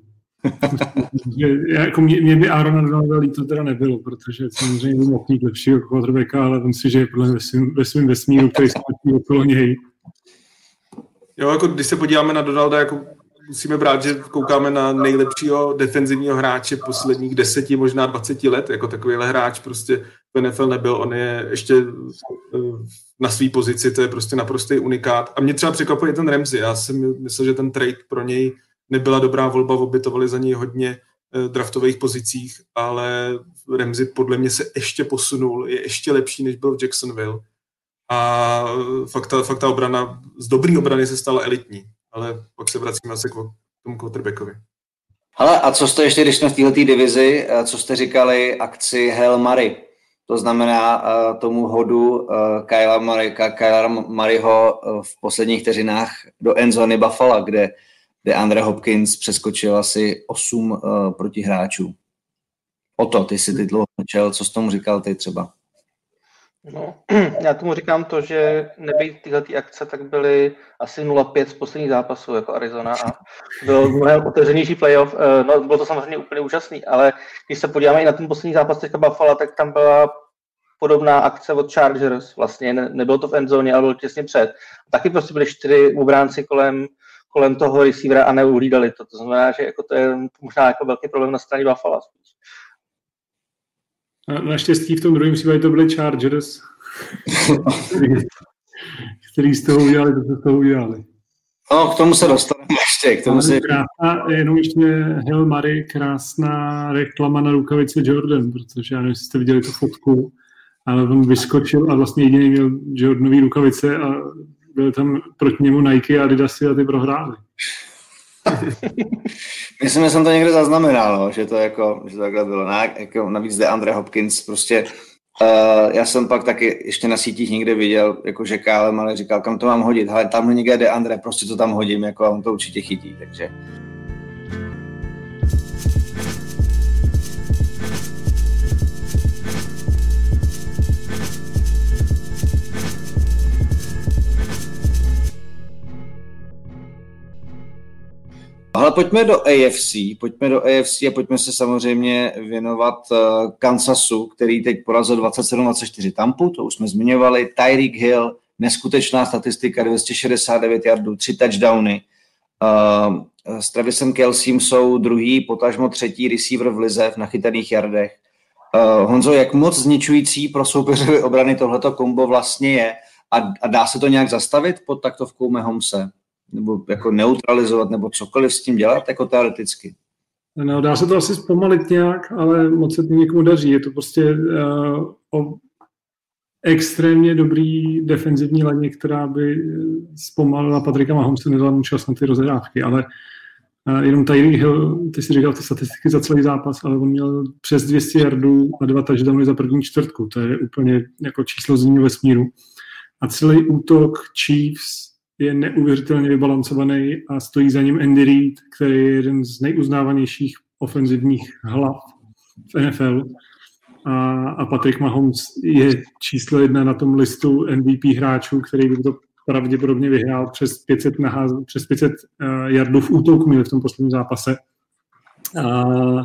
jako mě, mě by Aarona Donalda líto teda nebylo, protože samozřejmě byl mohl mít lepšího quarterbacka, ale on si, že je podle ve svém vesmíru, který se okolo něj. Jo, jako když se podíváme na Donalda, jako musíme brát, že koukáme na nejlepšího defenzivního hráče posledních deseti, možná dvaceti let, jako takovýhle hráč prostě v N F L nebyl, on je ještě na své pozici, to je prostě naprostý unikát. A mě třeba překvapuje ten Ramsey, já jsem myslel, že ten trade pro něj nebyla dobrá volba, obětovali za něj hodně draftových pozicích, ale Ramsey podle mě se ještě posunul, je ještě lepší, než byl v Jacksonville. A fakt ta, fakt ta obrana, z dobrý obrany se stala elitní, ale pak se vracíme asi k tomu quarterbackovi. Hele, a co jste ještě, když jsme v této divizi, co jste říkali akci Hail Mary? To znamená uh, tomu hodu uh, Kyla Murray, Kyla Murrayho uh, v posledních vteřinách do endzóny Buffalo, kde, kde Andre Hopkins přeskočil asi osm uh, protihráčů. O to, ty si ty dlouho začal, co jsi tomu říkal ty třeba? No, já tomu říkám to, že nebejt tyhle akce, tak byly asi nula pět z posledních zápasů jako Arizona a byl mnohem otevřenější playoff. No, bylo to samozřejmě úplně úžasný, ale když se podíváme i na ten poslední zápas teďka Buffalo, tak tam byla podobná akce od Chargers, vlastně ne, nebylo to v endzóně, ale bylo těsně před. Taky prostě byli čtyři obránci kolem, kolem toho receivera a neuhlídali to. To znamená, že jako to je možná jako velký problém na straně Buffalo. Naštěstí v tom druhém případě to byly Chargers, který z toho udělali, to z toho udělali. No, k tomu se dostaneme ještě. K tomu se... krásná, jenom ještě Hail Mary, krásná reklama na rukavice Jordan, protože já nevím, jestli jste viděli tu fotku, ale on vyskočil a vlastně jediný měl Jordanový rukavice a byl tam proti němu Nike a Adidasy a ty prohráli. Myslím, že jsem to někde zaznamenal, no, že to jako, že to takhle bylo. Na, jako, navíc zde Andre Hopkins, prostě uh, já jsem pak taky ještě na sítích někde viděl, jako že Kálem, ale říkal, kam to mám hodit, hele, tamhle někde jde Andre, prostě to tam hodím, jako a on to určitě chytí, takže... Ale pojďme do A F C, pojďme do A F C a pojďme se samozřejmě věnovat Kansasu, který teď porazil dvacet sedm dvacet čtyři Tampu, to už jsme zmiňovali, Tyreek Hill, neskutečná statistika, dvě stě šedesát devět yardů, tři touchdowny. Uh, s Travisem Kelceem jsou druhý, potažmo třetí receiver v lize v nachytaných yardech. Uh, Honzo, jak moc zničující pro soupeřové obrany tohleto kombo vlastně je a, a dá se to nějak zastavit pod taktovkou Mahomese? Nebo jako neutralizovat, nebo cokoliv s tím dělat, jako teoreticky? No, dá se to asi zpomalit nějak, ale moc se to někomu daří. Je to prostě uh, o extrémně dobrý defenzivní laně, která by zpomalila Patricka Mahomese, nedala mu čas na ty rozehrávky, ale uh, jenom Tyreek Hill, ty si říkal ty statistiky za celý zápas, ale on měl přes dvě stě yardů a dva touchdowny za první čtvrtku. To je úplně jako číslo z jiného vesmíru. A celý útok Chiefs je neuvěřitelně vybalancovaný a stojí za ním Andy Reid, který je jeden z nejuznávanějších ofenzivních hlav v N F L. A, a Patrick Mahomes je číslo jedna na tom listu M V P hráčů, který by to pravděpodobně vyhrál přes pět set, naház, přes pět set uh, yardů v útoku měl v tom posledním zápase. A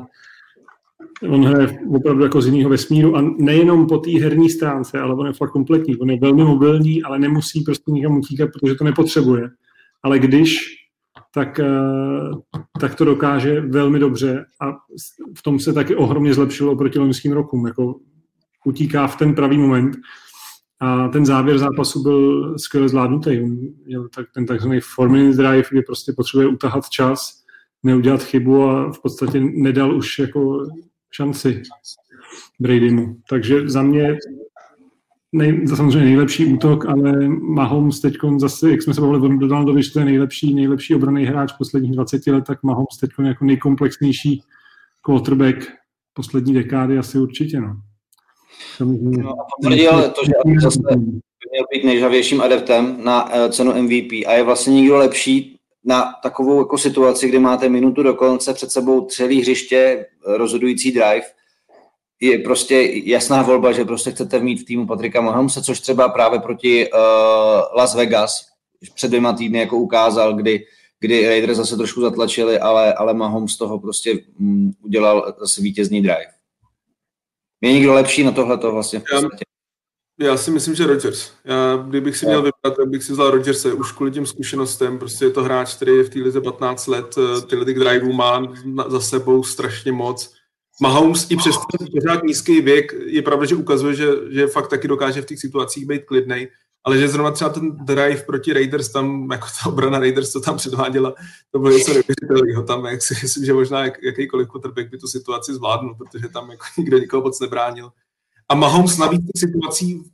on hraje opravdu jako z jiného vesmíru a nejenom po té herní stránce, ale on je fakt kompletní. On je velmi mobilní, ale nemusí prostě nikam utíkat, protože to nepotřebuje. Ale když, tak, tak to dokáže velmi dobře a v tom se taky ohromně zlepšilo oproti loňským rokům. Jako utíká v ten pravý moment a ten závěr zápasu byl skvěle zvládnutý. On měl tak, ten takzvaný four minute drive, kdy prostě potřebuje utahat čas, neudělat chybu a v podstatě nedal už jako šanci Bradymu. Takže za mě nej, samozřejmě nejlepší útok, ale Mahomes teď zase, jak jsme se bavili o Donaldovi, že to je nejlepší, nejlepší obranný hráč posledních dvaceti let, tak Mahomes teď jako nejkomplexnější quarterback poslední dekády asi určitě. No, no a potvrdil to, že zase měl být nejžavějším adeptem na cenu M V P a je vlastně nikdo lepší na takovou jako situaci, kdy máte minutu do konce, před sebou celé hřiště, rozhodující drive, je prostě jasná volba, že prostě chcete mít v týmu Patricka Mahomese, což třeba právě proti uh, Las Vegas před dvěma týdny jako ukázal, kdy, kdy Raiders zase trošku zatlačili, ale, ale Mahomes z toho prostě um, udělal zase vítězný drive. Je někdo lepší na tohleto vlastně v podstatě? Já si myslím, že Rodgers. Já, kdybych si měl vybrat, tak bych si vzal Rodgerse už kvůli těm zkušenostem. Prostě je to hráč, který je v té lize patnáct let, tyhle ty driveů má za sebou strašně moc. Mahomes i přes ten pořád nízký věk je pravda, že ukazuje, že, že fakt taky dokáže v těch situacích být klidnej, ale že zrovna třeba ten drive proti Raiders, tam jako ta obrana Raiders to tam předváděla, to bylo něco neuvěřitelného. Tam jak si myslím, že možná jak, jakýkoliv quarterback by tu situaci zvládnul, protože tam jako nikdo nikoho moc nebránil. A Mahomes navíc těch situací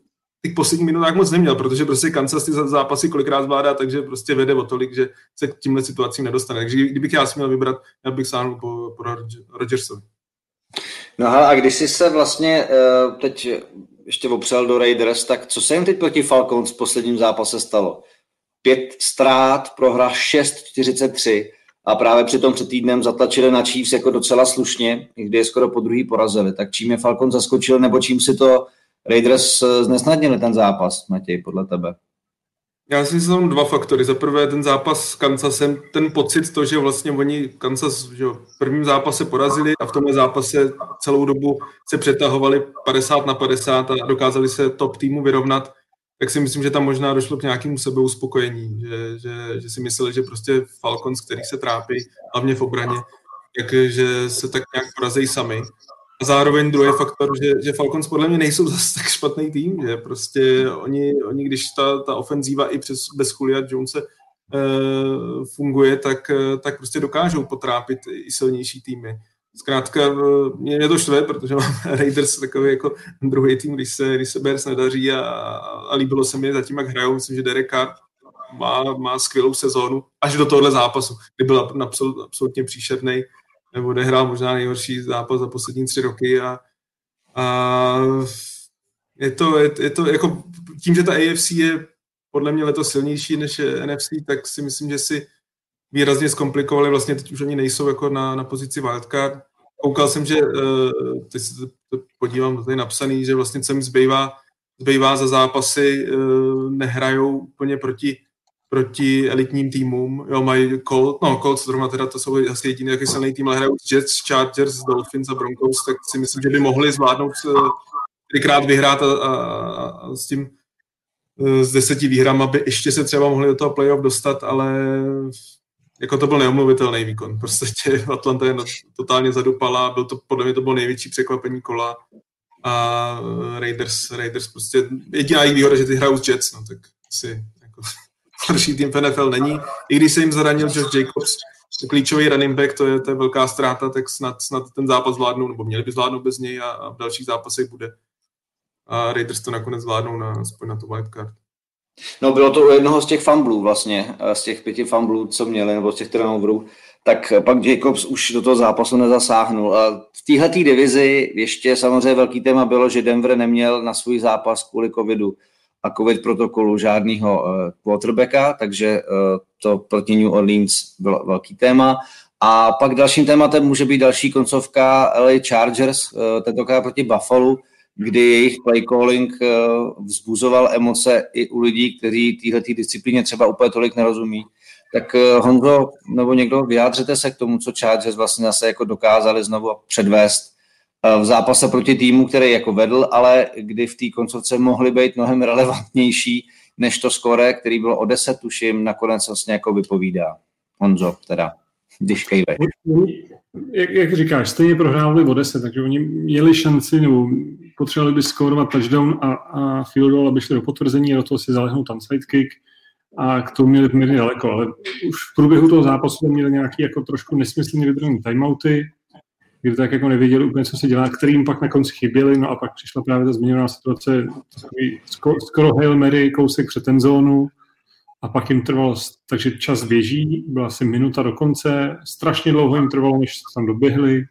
těch posledních minutách moc neměl, protože prostě Kansas ty zápasy kolikrát zvládá, takže prostě vede o tolik, že se k tímhle situacím nedostane. Takže kdybych já si měl vybrat, já bych sáhnul po, po Rodgersovi. No a když jsi se vlastně teď ještě opřel do Raiders, tak co se jim teď proti Falcons v posledním zápase stalo? Pět ztrát, prohra šest čtyřicet tři a právě při tom před týdnem zatlačili na Chiefs jako docela slušně, kdy je skoro po druhý porazili. Tak čím je Falcons zaskočil, nebo čím si to Raiders znesnadnili ten zápas, Matěj, podle tebe? Já si myslím, dva faktory. Za prvé ten zápas s Kansasem, ten pocit to, že vlastně oni Kansas že v prvním zápase porazili a v tomhle zápase celou dobu se přetahovali padesát na padesát a dokázali se top týmu vyrovnat, tak si myslím, že tam možná došlo k nějakému sebeuspokojení, že, že, že si mysleli, že prostě Falcons, který se trápí, hlavně v obraně, takže se tak nějak porazejí sami. A zároveň druhý faktor, že, že Falcons podle mě nejsou zase tak špatný tým, že prostě oni, oni když ta, ta ofenzíva i přes, bez Julia Jonese e, funguje, tak, tak prostě dokážou potrápit i silnější týmy. Zkrátka mě, mě to štve, protože mám Raiders takový jako druhý tým, když se, když se Bears nedaří a, a líbilo se mi zatím, jak hrajou. Myslím, že Derek Carr má, má skvělou sezónu až do tohohle zápasu, kdy byl absolut, absolutně příšerný, nebo odehrál možná nejhorší zápas za poslední tři roky a, a je to, je, je to jako tím, že ta A F C je podle mě letos silnější než N F C, tak si myslím, že si výrazně zkomplikovali, vlastně teď už oni nejsou jako na, na pozici wildcard. Koukal jsem, že uh, teď se to podívám, tady napsaný, že vlastně sem zbývá, zbývá za zápasy, uh, nehrajou úplně proti proti elitním týmům, jo, mají Colts, no Colts zrovna teda to jsou asi jediný jaký silný tým, ale hrajou Jets, Chargers, Dolphins a Broncos, tak si myslím, že by mohli zvládnout třikrát vyhrát a, a, a s tím s deseti výhrama by ještě se třeba mohli do toho playoff dostat, ale jako to byl neomluvitelný výkon. Prostě Atlanta je totálně zadupala, byl to, podle mě to bylo největší překvapení kola a Raiders, Raiders prostě jediná jejich výhoda, že ty hrajou s Jets, no tak si jako horší tým v N F L není. I když se jim zranil Josh Jacobs, klíčový running back, to je, to je velká ztráta, tak snad, snad ten zápas zvládnou, nebo měli by zvládnout bez něj a, a v dalších zápasech bude. A Raiders to nakonec zvládnou na, aspoň na to wildcard. No bylo to u jednoho z těch fumblů vlastně, z těch pěti fumblů, co měli, nebo z těch turnoverů, tak pak Jacobs už do toho zápasu nezasáhnul. A v téhletý divizi ještě samozřejmě velký téma bylo, že Denver neměl na svůj zápas kvůli covidu a covid protokolu žádného uh, quarterbacka, takže uh, to proti New Orleans bylo velký téma. A pak dalším tématem může být další koncovka L A Chargers, uh, tentokrát proti Buffalo, kdy jejich play calling uh, vzbuzoval emoce i u lidí, kteří téhletý disciplíně třeba úplně tolik nerozumí. Tak uh, Honzo, nebo někdo, vyjádřete se k tomu, co Chargers vlastně zase jako dokázali znovu předvést v zápase proti týmu, který jako vedl, ale kdy v té koncovce mohly být mnohem relevantnější než to skóre, který bylo o deset, tuším, nakonec vlastně jako vypovídá. Honzo, teda, když kejvej. Jak, jak říkáš, stejně prohráli o deset, takže oni měli šanci, nebo potřebovali by skórovat touchdown a, a field goal, aby šli do potvrzení a do toho si zalehnout tam sidekick a k tomu měli poměrně daleko, ale už v průběhu toho zápasu měli nějaký jako trošku nesmyslně vybraný timeouty, kdy tak jako nevěděli úplně, co se dělá, kterým pak na konci chyběli, no a pak přišla právě ta změněná situace, skoro Hail Mary, kousek před ten zónu a pak jim trvalo, takže čas běží, byla asi minuta do konce, strašně dlouho jim trvalo, než se tam doběhli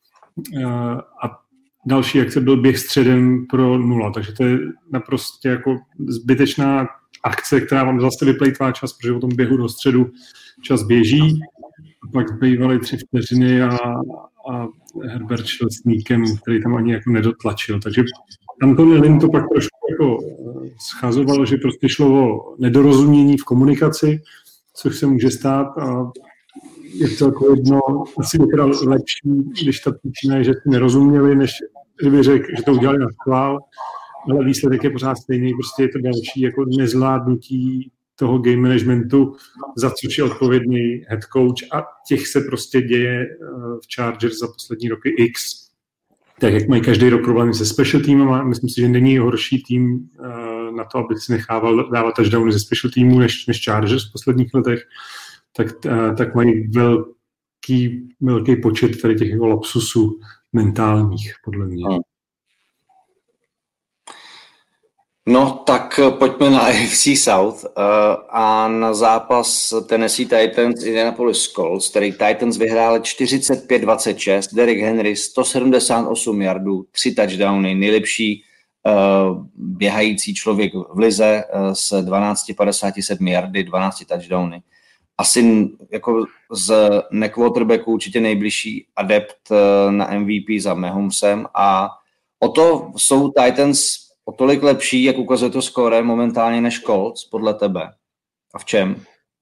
a další akce byl běh středem pro nula, takže to je naprosto jako zbytečná akce, která vám zase vyplejtvá čas, protože o tom běhu do středu čas běží, pak zbývaly tři vteřiny a a Herbert šel s Níkem, který tam ani jako nedotlačil. Takže Anthony Lynn to pak trošku jako schazovalo, že prostě šlo o nedorozumění v komunikaci, což se může stát a je to jako jedno, asi je teda lepší, když ta příčina je, že si nerozuměli, než kdyby řekl, že to udělali na schvál, ale výsledek je pořád stejný, prostě je to další jako nezvládnutí toho game managementu, za což je odpovědný head coach a těch se prostě děje v Chargers za poslední roky X. Tak jak mají každý rok problémy se special teamem, myslím si, že není horší tým na to, aby si nechával dávat touchdowny ze special teamu než, než Chargers v posledních letech, tak, tak mají velký, velký počet tady těch jako lapsusů mentálních, podle mě. No tak pojďme na A F C South uh, a na zápas Tennessee Titans Indianapolis Colts, který Titans vyhráli čtyřicet pět dvacet šest, Derrick Henry sto sedmdesát osm yardů, tři touchdowny, nejlepší uh, běhající člověk v lize uh, s dvanáct celá padesát sedm yardy, dvanáct touchdowny. Asi jako z nequarterbacku určitě nejbližší adept uh, na M V P za Mahomesem a o to jsou Titans o tolik lepší, jak ukazuje to skóre momentálně než Colts, podle tebe. A v čem?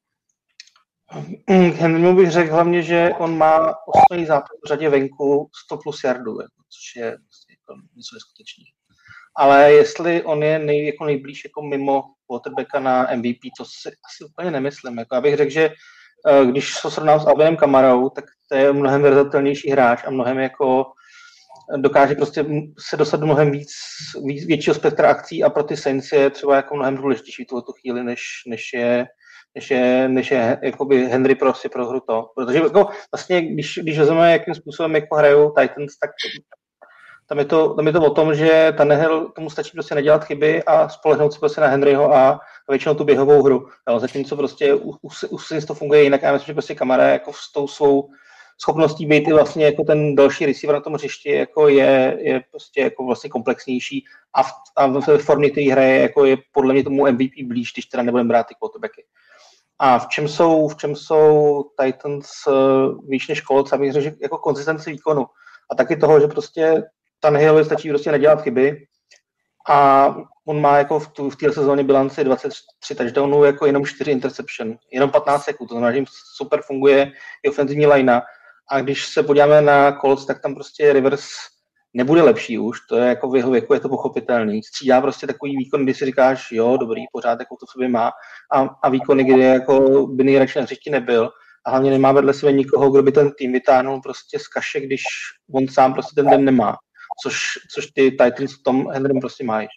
Henrymu bych řekl hlavně, že on má osmý zápas v řadě venku sto plus yardů, což je jako něco neskutečného. Ale jestli on je nej, jako nejblíž jako mimo quarterbacka na M V P, to si asi úplně nemyslím. Jako já bych řekl, že když se srovnám s Alvinem Kamarou, tak to je mnohem verzatelnější hráč a mnohem jako dokáže prostě se dostat do mnohem víc, víc většího spektra akcí a pro ty Saints je třeba jako mnohem důležitější v tuto chvíli, než, než je, než je, než je jakoby Henry prostě pro hru to. Protože jako vlastně, když, když vezmeme, jakým způsobem jako hrajou Titans, tak tam je to, tam je to o tom, že Tannehill tomu stačí prostě nedělat chyby a spolehnout se prostě na Henryho a většinou tu běhovou hru. Jo, zatímco prostě u, u, u Saints to funguje jinak a já myslím, že prostě Kamara jako s tou svou schopností být i vlastně jako ten další receiver na tom hřišti jako je, je prostě jako vlastně komplexnější a v, a v formě té hry jako je podle mě tomu M V P blíž, když teda nebudeme brát ty quarterbacky. A v čem jsou, v čem jsou Titans uh, víc než Colts, abych řekl, že jako konzistenci výkonu. A taky toho, že prostě Tannehill stačí prostě nedělat chyby a on má jako v, tu, v této sezóně bilanci dvacet tři touchdownů, jako jenom čtyři interception, jenom patnáct sekund, to znamená, že jim super funguje i ofenzivní linea. A když se podíváme na Colts, tak tam prostě Rivers nebude lepší už, to je jako v jeho věku, je to pochopitelný. Střídá prostě takový výkon, kdy si říkáš, jo, dobrý, pořád jako to v sobě má a, a výkony, kdy jako by nejradši na hřišti nebyl a hlavně nemá vedle sebe nikoho, kdo by ten tým vytáhnul prostě z kaše, když on sám prostě ten den nemá, což, což ty Titans v tom Henrym prostě mají.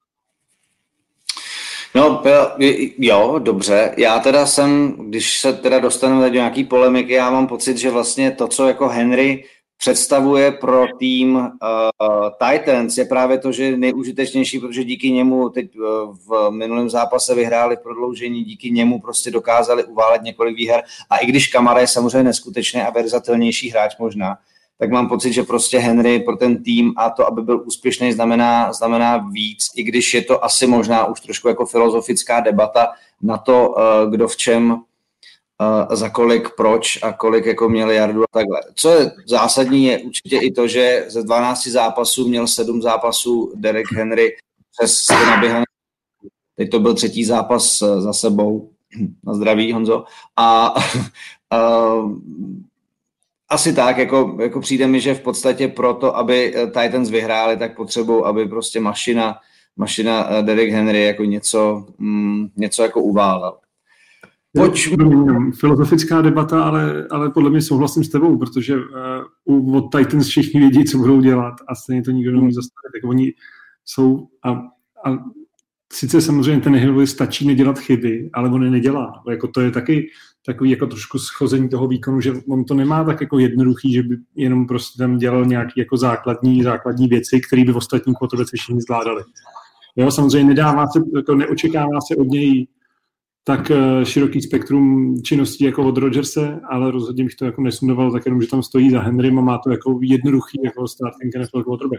No jo, dobře. Já teda jsem, když se teda dostaneme do nějaký polemiky, já mám pocit, že vlastně to, co jako Henry představuje pro tým uh, Titans, je právě to, že je nejúžitečnější, protože díky němu teď uh, v minulém zápase vyhráli v prodloužení, díky němu prostě dokázali uválet několik výher a i když Kamara je samozřejmě neskutečný a verzatelnější hráč možná, tak mám pocit, že prostě Henry pro ten tým a to, aby byl úspěšný, znamená, znamená víc, i když je to asi možná už trošku jako filozofická debata na to, kdo v čem, za kolik, proč a kolik jako měl jardů a takhle. Co je zásadní, je určitě i to, že ze dvanácti zápasů měl sedm zápasů Derrick Henry přes sto naběhaných. Teď to byl třetí zápas za sebou. Na zdraví, Honzo. A, a asi tak, jako, jako přijde mi, že v podstatě proto, aby Titans vyhráli, tak potřebují, aby prostě mašina, mašina Derrick Henry jako něco, mm, něco jako uválel. Pojď. Filozofická debata, ale, ale podle mě souhlasím s tebou, protože uh, od Titans všichni vědí, co budou dělat a stejně to nikdo nemůže zastavit. Tak oni jsou a, a sice samozřejmě ten Hill stačí nedělat chyby, ale on je nedělá. Jako to je taky takový jako trošku schození toho výkonu, že on to nemá tak jako jednoduchý, že by jenom prostě tam dělal nějaké jako základní, základní věci, které by v ostatních quarterbacích všichni zvládali. Jo, samozřejmě nedává se, jako neočekává se od něj tak široký spektrum činností jako od Rodgerse, ale rozhodně bych to jako nesundoval tak jenom, že tam stojí za Henrym a má to jako jednoduchý jako starting N F L quarterback.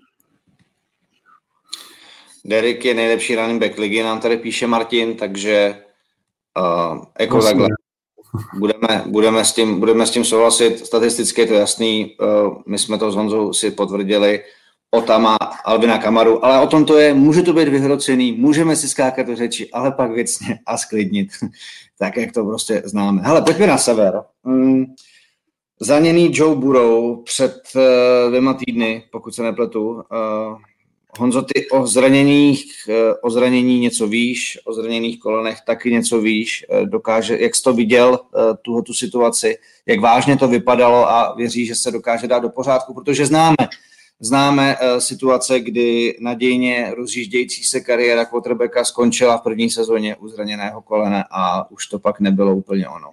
Derrick je nejlepší running back ligy, nám tady píše Martin, takže uh, jako vlastně. Takhle budeme, budeme, s tím, budeme s tím souhlasit. Statisticky je to jasný, uh, my jsme to s Honzou si potvrdili, Otama, Alvina Kamaru, ale o tom to je, může to být vyhrocený, můžeme si skákat do řeči, ale pak věcně a sklidnit, tak jak to prostě známe. Hele, pojďme na sever. Mm, zraněný Joe Burrow před uh, dvěma týdny, pokud se nepletu. Uh, Honzo, ty o zraněních, uh, o zranění něco víš, o zraněných kolenech taky něco víš, uh, dokáže, jak jsi to viděl, uh, tuhle tu situaci, jak vážně to vypadalo a věří, že se dokáže dát do pořádku, protože známe, Známe uh, situace, kdy nadějně rozjíždějící se kariéra quarterbacka skončila v první sezóně u zraněného kolene a už to pak nebylo úplně ono.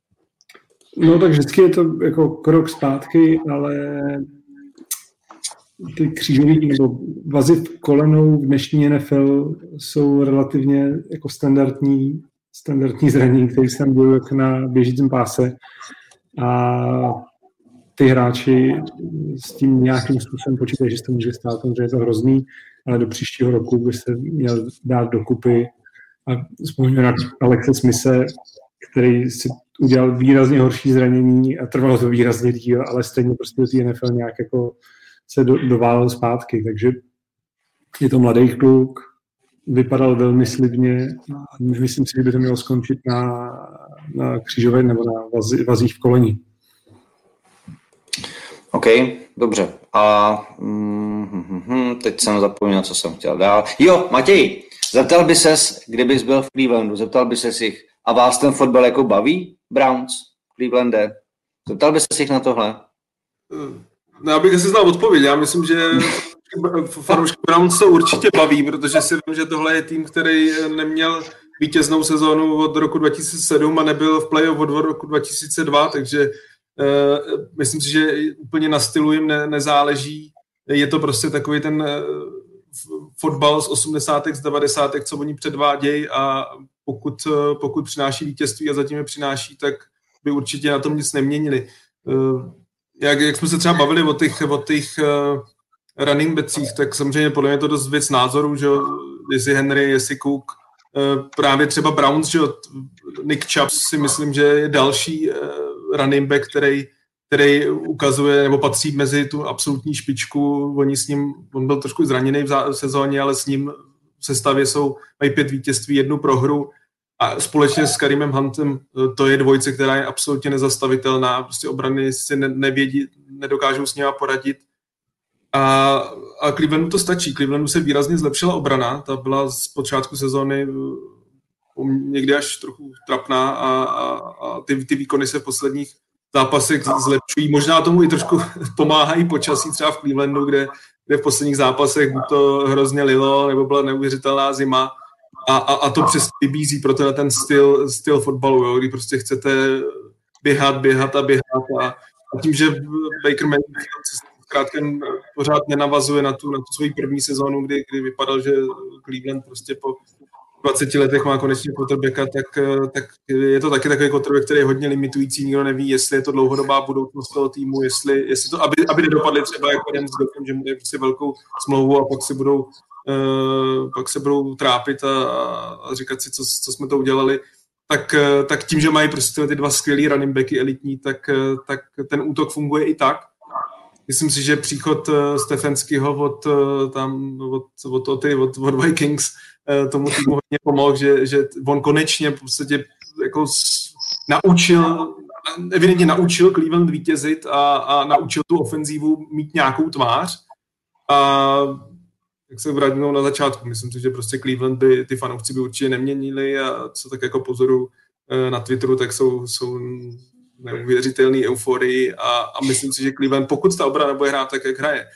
No tak vždycky je to jako krok zpátky, ale ty křížový nebo vazy v kolenou v dnešní N F L jsou relativně jako standardní, standardní zranění, které se tam dějí na běžícím páse. A ty hráči s tím nějakým způsobem počítají, že se to může stát, že je to hrozný, ale do příštího roku by se měl dát dokupy. A vzpomínám na Alexe Smithe, který si udělal výrazně horší zranění a trvalo to výrazně díl, ale stejně prostě do té N F L nějak jako se do, doválil zpátky. Takže je to mladý kluk, vypadal velmi slibně. Myslím si, že by to mělo skončit na, na křížové nebo na vazi, vazích v koleni. OK, dobře. A mm, teď jsem zapomněl, co jsem chtěl dál. Jo, Matěj, zeptal by ses, kdybys byl v Clevelandu, zeptal by ses jich, a vás ten fotbal jako baví? Browns, Clevelande? Zeptal by ses jich na tohle? No, já bych asi znal odpověď. Já myslím, že fanoušky Browns to určitě baví, protože si vím, že tohle je tým, který neměl vítěznou sezónu od roku dva tisíce sedm a nebyl v playoff od roku dva tisíce dva, takže uh, myslím si, že úplně na stylu jim ne, nezáleží. Je to prostě takový ten uh, fotbal z osmdesátek, z devadesátek, co oni předvádějí, a pokud, uh, pokud přináší vítězství a zatím je přináší, tak by určitě na tom nic neměnili. Uh, jak, jak jsme se třeba bavili o těch, o těch uh, running backích, tak samozřejmě podle mě je to dost věc názoru, že jestli Henry, jestli Cook, právě třeba Browns, že Nick Chubb si myslím, že je další running back, který, který ukazuje nebo patří mezi tu absolutní špičku. Oni s ním, on byl trošku zraněný v sezóně, ale s ním v sestavě jsou, mají pět vítězství, jednu prohru a společně s Kareemem Huntem to je dvojce, která je absolutně nezastavitelná. Prostě obrany si ne, nevědí, nedokážou s nimi poradit. A, a Clevelandu to stačí. Clevelandu se výrazně zlepšila obrana. Ta byla z počátku sezóny někdy až trochu trapná a, a, a ty, ty výkony se v posledních zápasech zlepšují. Možná tomu i trošku pomáhají počasí třeba v Clevelandu, kde, kde v posledních zápasech buď to hrozně lilo, nebo byla neuvěřitelná zima. A, a, a to přesně vybízí pro ten, ten styl, styl fotbalu, jo, kdy prostě chcete běhat, běhat a běhat. A, a tím, že Baker Mayfield zkrátka pořád nenavazuje na tu, na tu svoji první sezónu, kdy, kdy vypadal, že Cleveland prostě po dvaceti letech má konečně quarterbacka, tak, tak je to taky takový quarterback, který je hodně limitující, nikdo neví, jestli je to dlouhodobá budoucnost toho týmu, jestli, jestli to, aby, aby nedopadli třeba jako jeden s Goffem, že mu je prostě velkou smlouvu a pak se budou, uh, pak se budou trápit a, a říkat si, co, co jsme to udělali. Tak, tak tím, že mají prostě ty dva skvělý running backy elitní, tak, tak ten útok funguje i tak. Myslím si, že příchod Stefanského od, tam, od, od, od, od, od Vikings tomu týmu hodně pomohl, že, že on konečně v podstatě jako naučil, evidentně naučil Cleveland vítězit a, a naučil tu ofenzívu mít nějakou tvář. A jak se vrátilo na začátku, myslím si, že prostě Cleveland by, ty fanoušci by určitě neměnili a co tak jako pozoru na Twitteru, tak jsou, jsou neuvěřitelný euforii a, a myslím si, že Cleveland, pokud ta obrana bude hrát tak, jak hraje,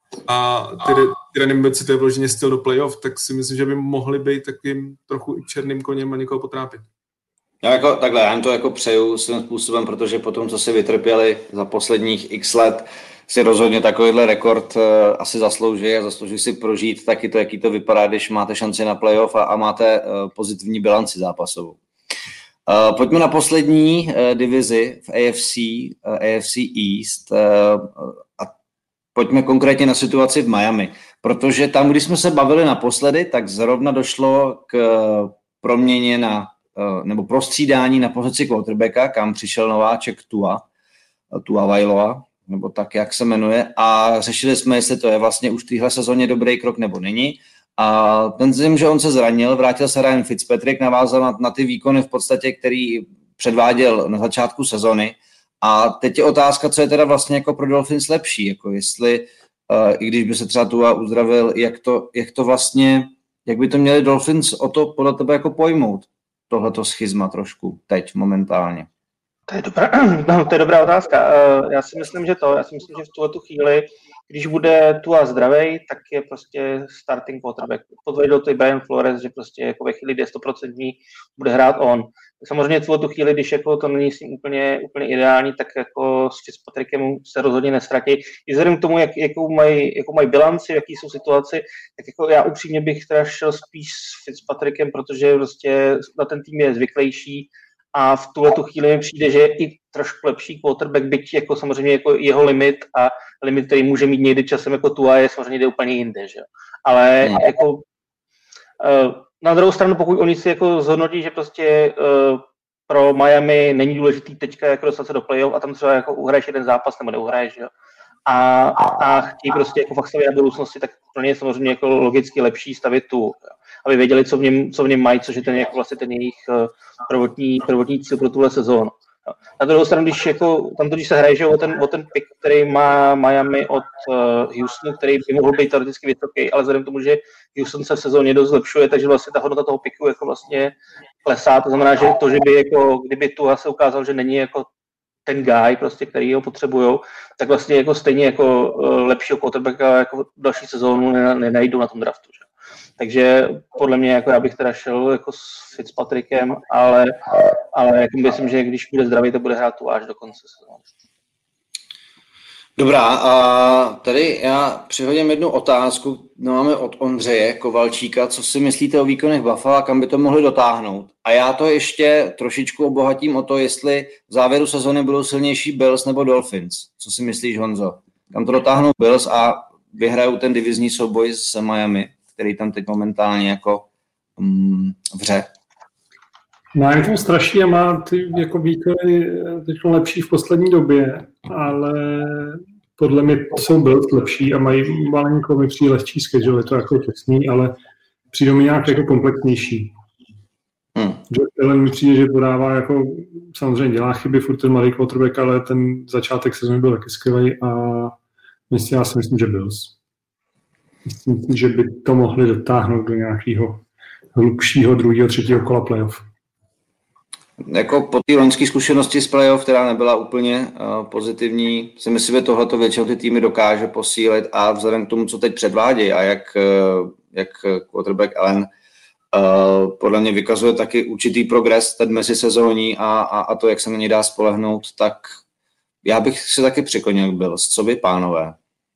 a ty, ty running backs, to je vloženě styl do playoff, tak si myslím, že by mohli být takým trochu i černým koněm a někoho potrápit. Já jako, takhle, já jim to jako přeju svým způsobem, protože po tom, co si vytrpěli za posledních x let, si rozhodně takovýhle rekord uh, asi zaslouží a zaslouží si prožít taky to, jaký to vypadá, když máte šanci na playoff a, a máte uh, pozitivní bilanci zápasovou. Uh, pojďme na poslední uh, divizi v A F C, uh, A F C East uh, a pojďme konkrétně na situaci v Miami, protože tam, když jsme se bavili naposledy, tak zrovna došlo k uh, proměně na, uh, nebo prostřídání na pozici quarterbacka, kam přišel nováček Tua, uh, Tua Vailoa, nebo tak, jak se jmenuje, a řešili jsme, jestli to je vlastně už v téhle sezóně dobrý krok, nebo není. A ten zim, že on se zranil, vrátil se Ryan Fitzpatrick, navázal na, na ty výkony v podstatě, který předváděl na začátku sezony. A teď je otázka, co je teda vlastně jako pro Dolphins lepší, jako jestli, uh, i když by se třeba Tua uzdravil, jak to, jak to vlastně, jak by to měli Dolphins o to podle tebe jako pojmout, tohleto schizma trošku teď momentálně. To je dobrá, no, to je dobrá otázka. Já si myslím, že to, já si myslím, že v tuhletu chvíli když bude Tua zdravej, tak je prostě starting quarterback. Potvrdil to i Brian Flores, že prostě jako ve chvíli, kdy je sto procent bude hrát on. Samozřejmě v tu chvíli, když jako to není s ním úplně, úplně ideální, tak jako s Fitzpatrickem se rozhodně nestratí. I vzhledem k tomu, jak, jakou mají jakou maj bilanci, jaký jsou situaci, tak jako já upřímně bych teda šel spíš s Fitzpatrickem, protože prostě na ten tým je zvyklejší a v tuhle tu chvíli mi přijde, že je i trošku lepší quarterback, byť jako samozřejmě jako jeho limit a limit, který může mít někdy časem jako Tua, je samozřejmě jde úplně jinde, že? Ale hmm. jako uh, na druhou stranu, pokud oni si jako zhodnotí, že prostě uh, pro Miami není důležitý teďka jako dostat se do playoff a tam třeba jako uhraješ jeden zápas nebo neuhraješ, jo? A, a chtějí prostě jako fakt stavět na budoucnosti, tak pro ně je samozřejmě jako logicky lepší stavit tu, aby věděli, co v něm, co v něm mají, což je ten jako vlastně ten jejich uh, prvotní, prvotní cíl pro tuhle sezónu. Na druhou stranu, když jako, tam to, když se hraje, že o ten, o ten pick, který má Miami od uh, Houstonu, který by mohl být teoreticky vysoký, ale vzhledem k tomu, že Houston se v sezóně dost zlepšuje, takže vlastně ta hodnota toho picku jako vlastně klesá. To znamená, že to, že by jako, kdyby Tua se ukázal, že není jako ten guy, prostě, který ho potřebujou, tak vlastně jako stejně jako uh, lepšího quarterbacka jako další sezónu nenajdou na tom draftu. Že? Takže podle mě jako já bych teda šel jako s Fitzpatrickem, ale, ale jako myslím, že když bude zdravý, to bude hrát tu až do konce sezóny. Dobrá, a tady já přihodím jednu otázku, no máme od Ondřeje Kovalčíka, co si myslíte o výkonech Buffalo, kam by to mohli dotáhnout? A já to ještě trošičku obohatím o to, jestli v závěru sezóny budou silnější Bills nebo Dolphins. Co si myslíš, Honzo? Kam to dotáhnou Bills a vyhrajou ten divizní souboj s Miami, který tam teď momentálně jako mm, vře? Miami tam strašně má ty jako výkony teď lepší v poslední době, ale podle mě jsou Bills lepší a mají malinko mi přijde lehčí schedule, je to jako těsný, ale přijde mi nějak jako komplexnější. Hmm. Allen mi přijde, že podává jako, samozřejmě dělá chyby, furt ten mladý quarterback, ale ten začátek sezóny byl taky skvělý a myslím, já si myslím, že Bills. Myslím, že by to mohli dotáhnout do nějakého hlubšího druhého, třetího kola playoff. Jako po té loňské zkušenosti z playoff, která nebyla úplně uh, pozitivní, si myslím, že tohleto většinou ty týmy dokáže posílit a vzhledem k tomu, co teď předvádějí a jak, uh, jak quarterback Allen uh, podle mě vykazuje taky určitý progres teď mezi sezóní a, a, a to, jak se na něj dá spolehnout, tak já bych si taky přiklonil Bills. Co vy, pánové?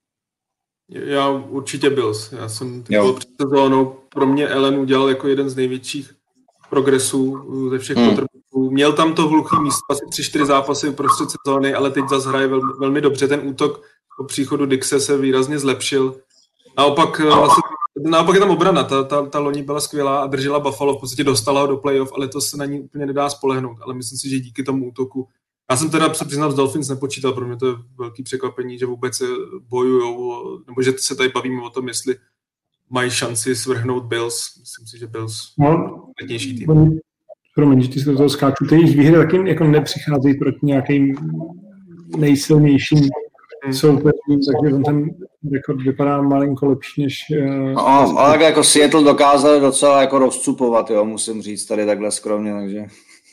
Já určitě Bills. Já jsem byl před sezónou. Pro mě Allen udělal jako jeden z největších progresů ze všech hmm. quarterbacků. Měl tam to hluchý místo, asi tři čtyři zápasy uprostřed sezóny, ale teď zase hraje velmi, velmi dobře. Ten útok po příchodu Dixe se výrazně zlepšil. Naopak, vlastně, naopak je tam obrana. Ta, ta, ta loni byla skvělá a držela Buffalo. V podstatě dostala ho do playoff, ale to se na ní úplně nedá spolehnout. Ale myslím si, že díky tomu útoku. Já jsem teda se přiznám z Dolphins nepočítal, pro mě to je velký překvapení, že vůbec se bojujou, nebo že se tady bavíme o tom, jestli mají šanci svrhnout Bills. Myslím si, že Bills no, je letnější tým. Promiň, že ty se do toho skáču. Ty jejich výhry taky jako nepřicházejí proti nějakým nejsilnějším hmm. soupeřím, takže ten rekord vypadá malinko lepší než... Uh, no, ale jako Seattle dokázali docela jako rozcupovat, jo, musím říct tady takhle skromně, takže...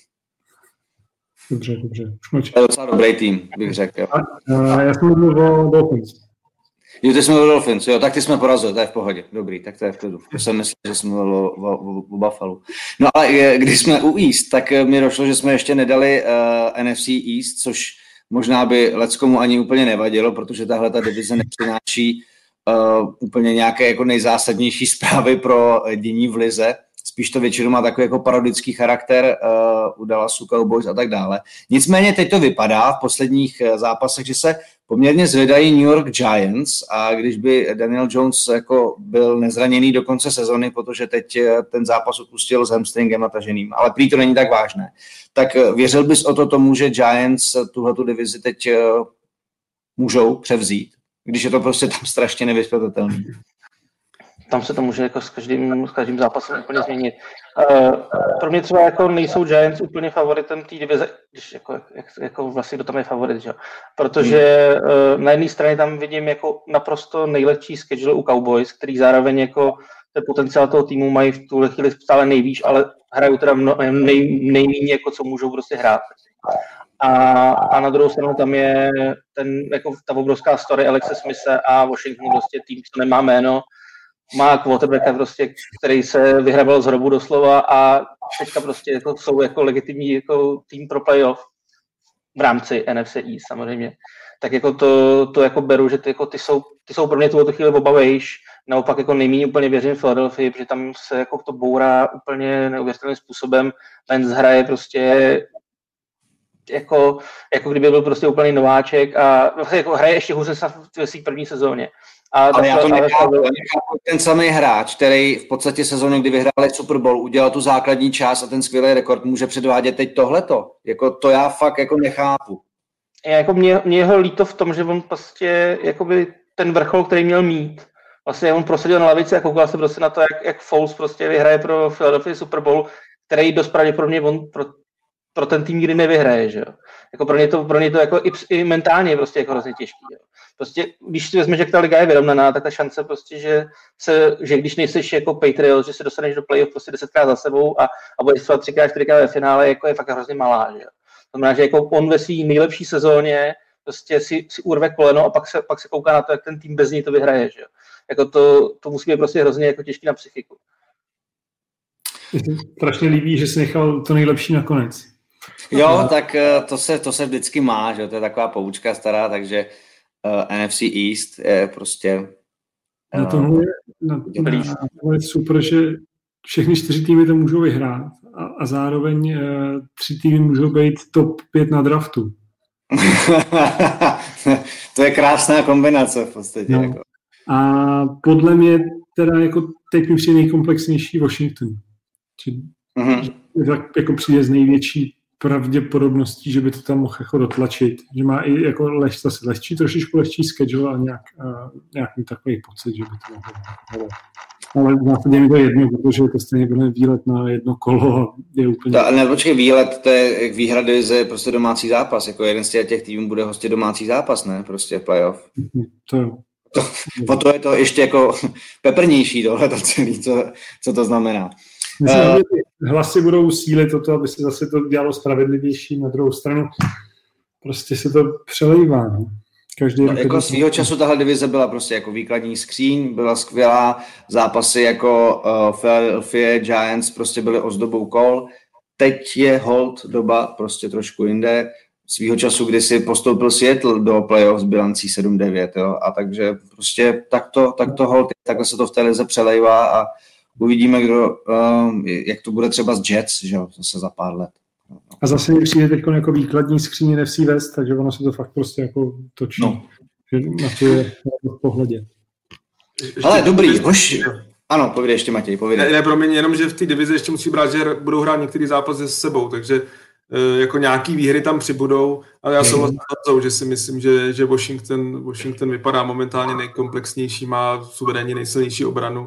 Dobře, dobře. To je docela dobrý tým, bych řekl. A, a já jsem mluvil o Dolphins. Jo, ty jsme mluvil o Dolphins, jo, tak ty jsme porazili, to je v pohodě, dobrý, tak to je v klidu. To jsem myslel, že jsme mluvili o, o, o, o Buffalo. No ale když jsme u East, tak mi došlo, že jsme ještě nedali uh, N F C East, což možná by leckomu ani úplně nevadilo, protože tahle ta divize nepřináší uh, úplně nějaké jako nejzásadnější zprávy pro dění v lize. Spíš to většinou má takový jako parodický charakter uh, u Dallasu Cowboys a tak dále. Nicméně teď to vypadá v posledních uh, zápasech, že se poměrně zvedají New York Giants a když by Daniel Jones jako byl nezraněný do konce sezony, protože teď uh, ten zápas opustil s hamstringem nataženým, ale prý to není tak vážné, tak uh, věřil bys o to tomu, že Giants uh, tuhletu divizi teď uh, můžou převzít, když je to prostě tam strašně nevyspětatelný? Tam se to může jako s každým, s každým zápasem úplně změnit. Uh, pro mě třeba jako nejsou Giants úplně favoritem té divize, když jako, jak, jako vlastně kdo tam je favorit, že? Protože uh, na jedné straně tam vidím jako naprosto nejlepší schedule u Cowboys, který zároveň jako ten potenciál toho týmu mají v tuhle chvíli stále nejvíc, ale hrajou teda mno, nej, nejméně, jako co můžou prostě hrát. A, a na druhou stranu tam je ten, jako ta obrovská story Alexe Smithe a Washington, prostě tým, co nemá jméno, má quarterbacka, prostě, který se vyhrával z hrobu doslova a teďka prostě jako jsou jako legitimní jako tým pro playoff v rámci N F C East samozřejmě. Tak jako to, to jako beru, že ty, jako ty, jsou, ty jsou pro mě tuto chvíli obavejš. Naopak jako nejméně úplně věřím v Philadelphia, protože tam se jako to bourá úplně neuvěřitelným způsobem. Lens hraje prostě jako, jako kdyby byl prostě úplný nováček a vlastně jako hraje ještě hůře v své první sezóně. A ale já to nechápu, nechápu, ten samý hráč, který v podstatě sezóně, kdy vyhráli Super Bowl, udělal tu základní část a ten skvělý rekord, může předvádět teď tohleto. Jako to já fakt jako nechápu. Já, jako mě, mě jeho líto v tom, že on prostě jakoby ten vrchol, který měl mít, vlastně on prosadil na lavici a koukal se prostě na to, jak, jak Foles prostě vyhraje pro Philadelphia Super Bowl, který dost pravděpodobně on pro, pro ten tým nikdy nevyhraje, že jo. Jako pro ně to, pro ně to jako i, i mentálně prostě jako hrozně těžký, jo. Prostě, když si vezmeš, že ta liga je vyrovnaná, tak ta šance prostě, že, se, že když nejseš jako Patriots, že se dostaneš do playoff prostě desetkrát za sebou a, a budeš třeba třikrát, čtyřikrát ve finále, jako je fakt hrozně malá, že jo. To znamená, že jako on ve své nejlepší sezóně prostě si, si urve koleno a pak se, pak se kouká na to, jak ten tým bez ní to vyhraje, že jo. Jako to, to musí být prostě hrozně jako těžký na psychiku. Mně se strašně líbí, že jsi nechal to nejlepší nakonec. Jo, tak to se, to se vždycky má, že to je taková poučka stará, takže uh, N F C East je prostě... Uh, na tohle je, na, na, na tohle je super, že všechny čtyři týmy to můžou vyhrát a, a zároveň uh, tři týmy můžou být top pět na draftu. To je krásná kombinace v podstatě. No. Jako. A podle mě teda jako teď mi přijde nejkomplexnější Washington. Či, mm-hmm. Tak jako přijde z největší pravděpodobností, že by to tam mohl jako dotlačit. Že má i jako lehčí, zase lehčí, trošičku lehčí schedule a nějak, uh, nějaký takový pocit, že by to mohlo. Ale v zásadě mi to jedno, protože to stejně bude výlet na jedno kolo a je úplně... Ta, ne, počkej, výlet, to je jak výhra divize, prostě domácí zápas. Jako jeden z těch týmů bude hostit domácí zápas, ne? Prostě playoff. To jo. To, po to je to ještě jako peprnější tohle, to celý, co, co to znamená. Myslím, uh, že hlasy budou sílit o to, aby se zase to dělalo spravedlivější. Na druhou stranu prostě se to přelejvá. No. Každý no, jako svýho času tahle divize byla prostě jako výkladní skříň, byla skvělá, zápasy jako uh, Philadelphia Giants prostě byly ozdobou kol. Teď je hold doba prostě trošku jinde. Svýho času, kdy si postoupil Seattle do playoff s bilancí sedm devět, jo, a takže prostě takto, takto hold, takhle se to v té lize přelejvá a uvidíme, kdo, um, jak to bude třeba z Jets, že jo, zase za pár let. A zase mi přijde teď jako výkladní skříně N F C West, takže ono se to fakt prostě jako točí. No. Na to je v pohledě. Ale dobrý, hoši. Ano, povídej ještě, Matěj, povídej. Ne, ne, promiň, jenom, že v té divizi ještě musí brát, že budou hrát některý zápasy s sebou, takže e, jako nějaký výhry tam přibudou, ale já souhlasím s tím, že si myslím, že, že Washington, Washington vypadá momentálně nejkomplexnější, má suverénně nejsilnější obranu.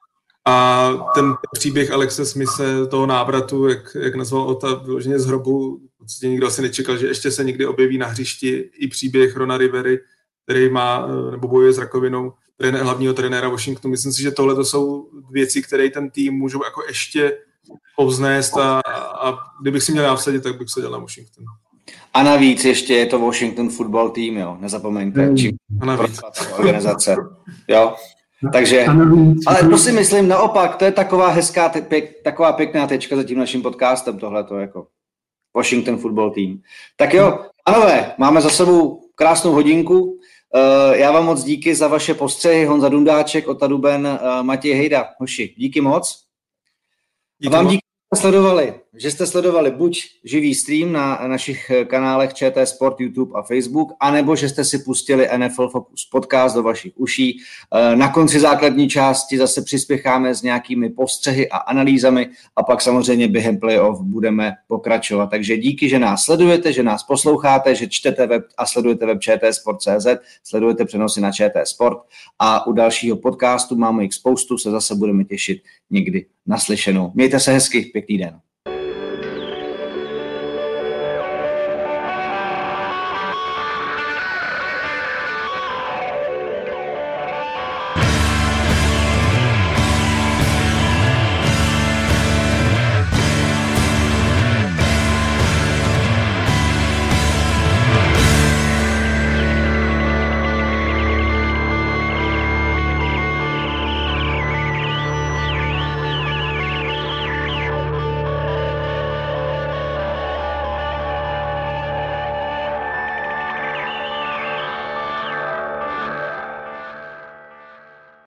A ten příběh Alexe Smithe, toho návratu, jak, jak nazval Ota, vyloženě z hrobu, vlastně nikdo asi nečekal, že ještě se někdy objeví na hřišti i příběh Rona Rivery, který má, nebo bojuje s rakovinou, hlavního trenéra Washingtonu. Myslím si, že tohle to jsou věci, které ten tým můžou jako ještě povznést a, a kdybych si měl já vsadit, tak bych seděl na Washington. A navíc ještě je to Washington football tým, jo, nezapomeňte, čím organizace, jo. Takže, ale to si myslím naopak, to je taková hezká, pěk, taková pěkná tečka za tím naším podcastem, tohleto jako Washington football team. Tak jo, pánové, máme za sebou krásnou hodinku. Uh, já vám moc díky za vaše postřehy, Honza Dundáček, Ota Duben, uh, Matěj Hejda. Hoši, díky moc. Díky a vám díky, že jste sledovali, že jste sledovali buď živý stream na našich kanálech ČT Sport, YouTube a Facebook, anebo že jste si pustili N F L Focus podcast do vašich uší. Na konci základní části zase přispěcháme s nějakými postřehy a analýzami a pak samozřejmě během playoff budeme pokračovat. Takže díky, že nás sledujete, že nás posloucháte, že čtete web a sledujete web č t sport tečka c z, sledujete přenosy na Č T Sport a u dalšího podcastu máme jich spoustu, se zase budeme těšit někdy naslyšenou. Mějte se hezky, pěkný den.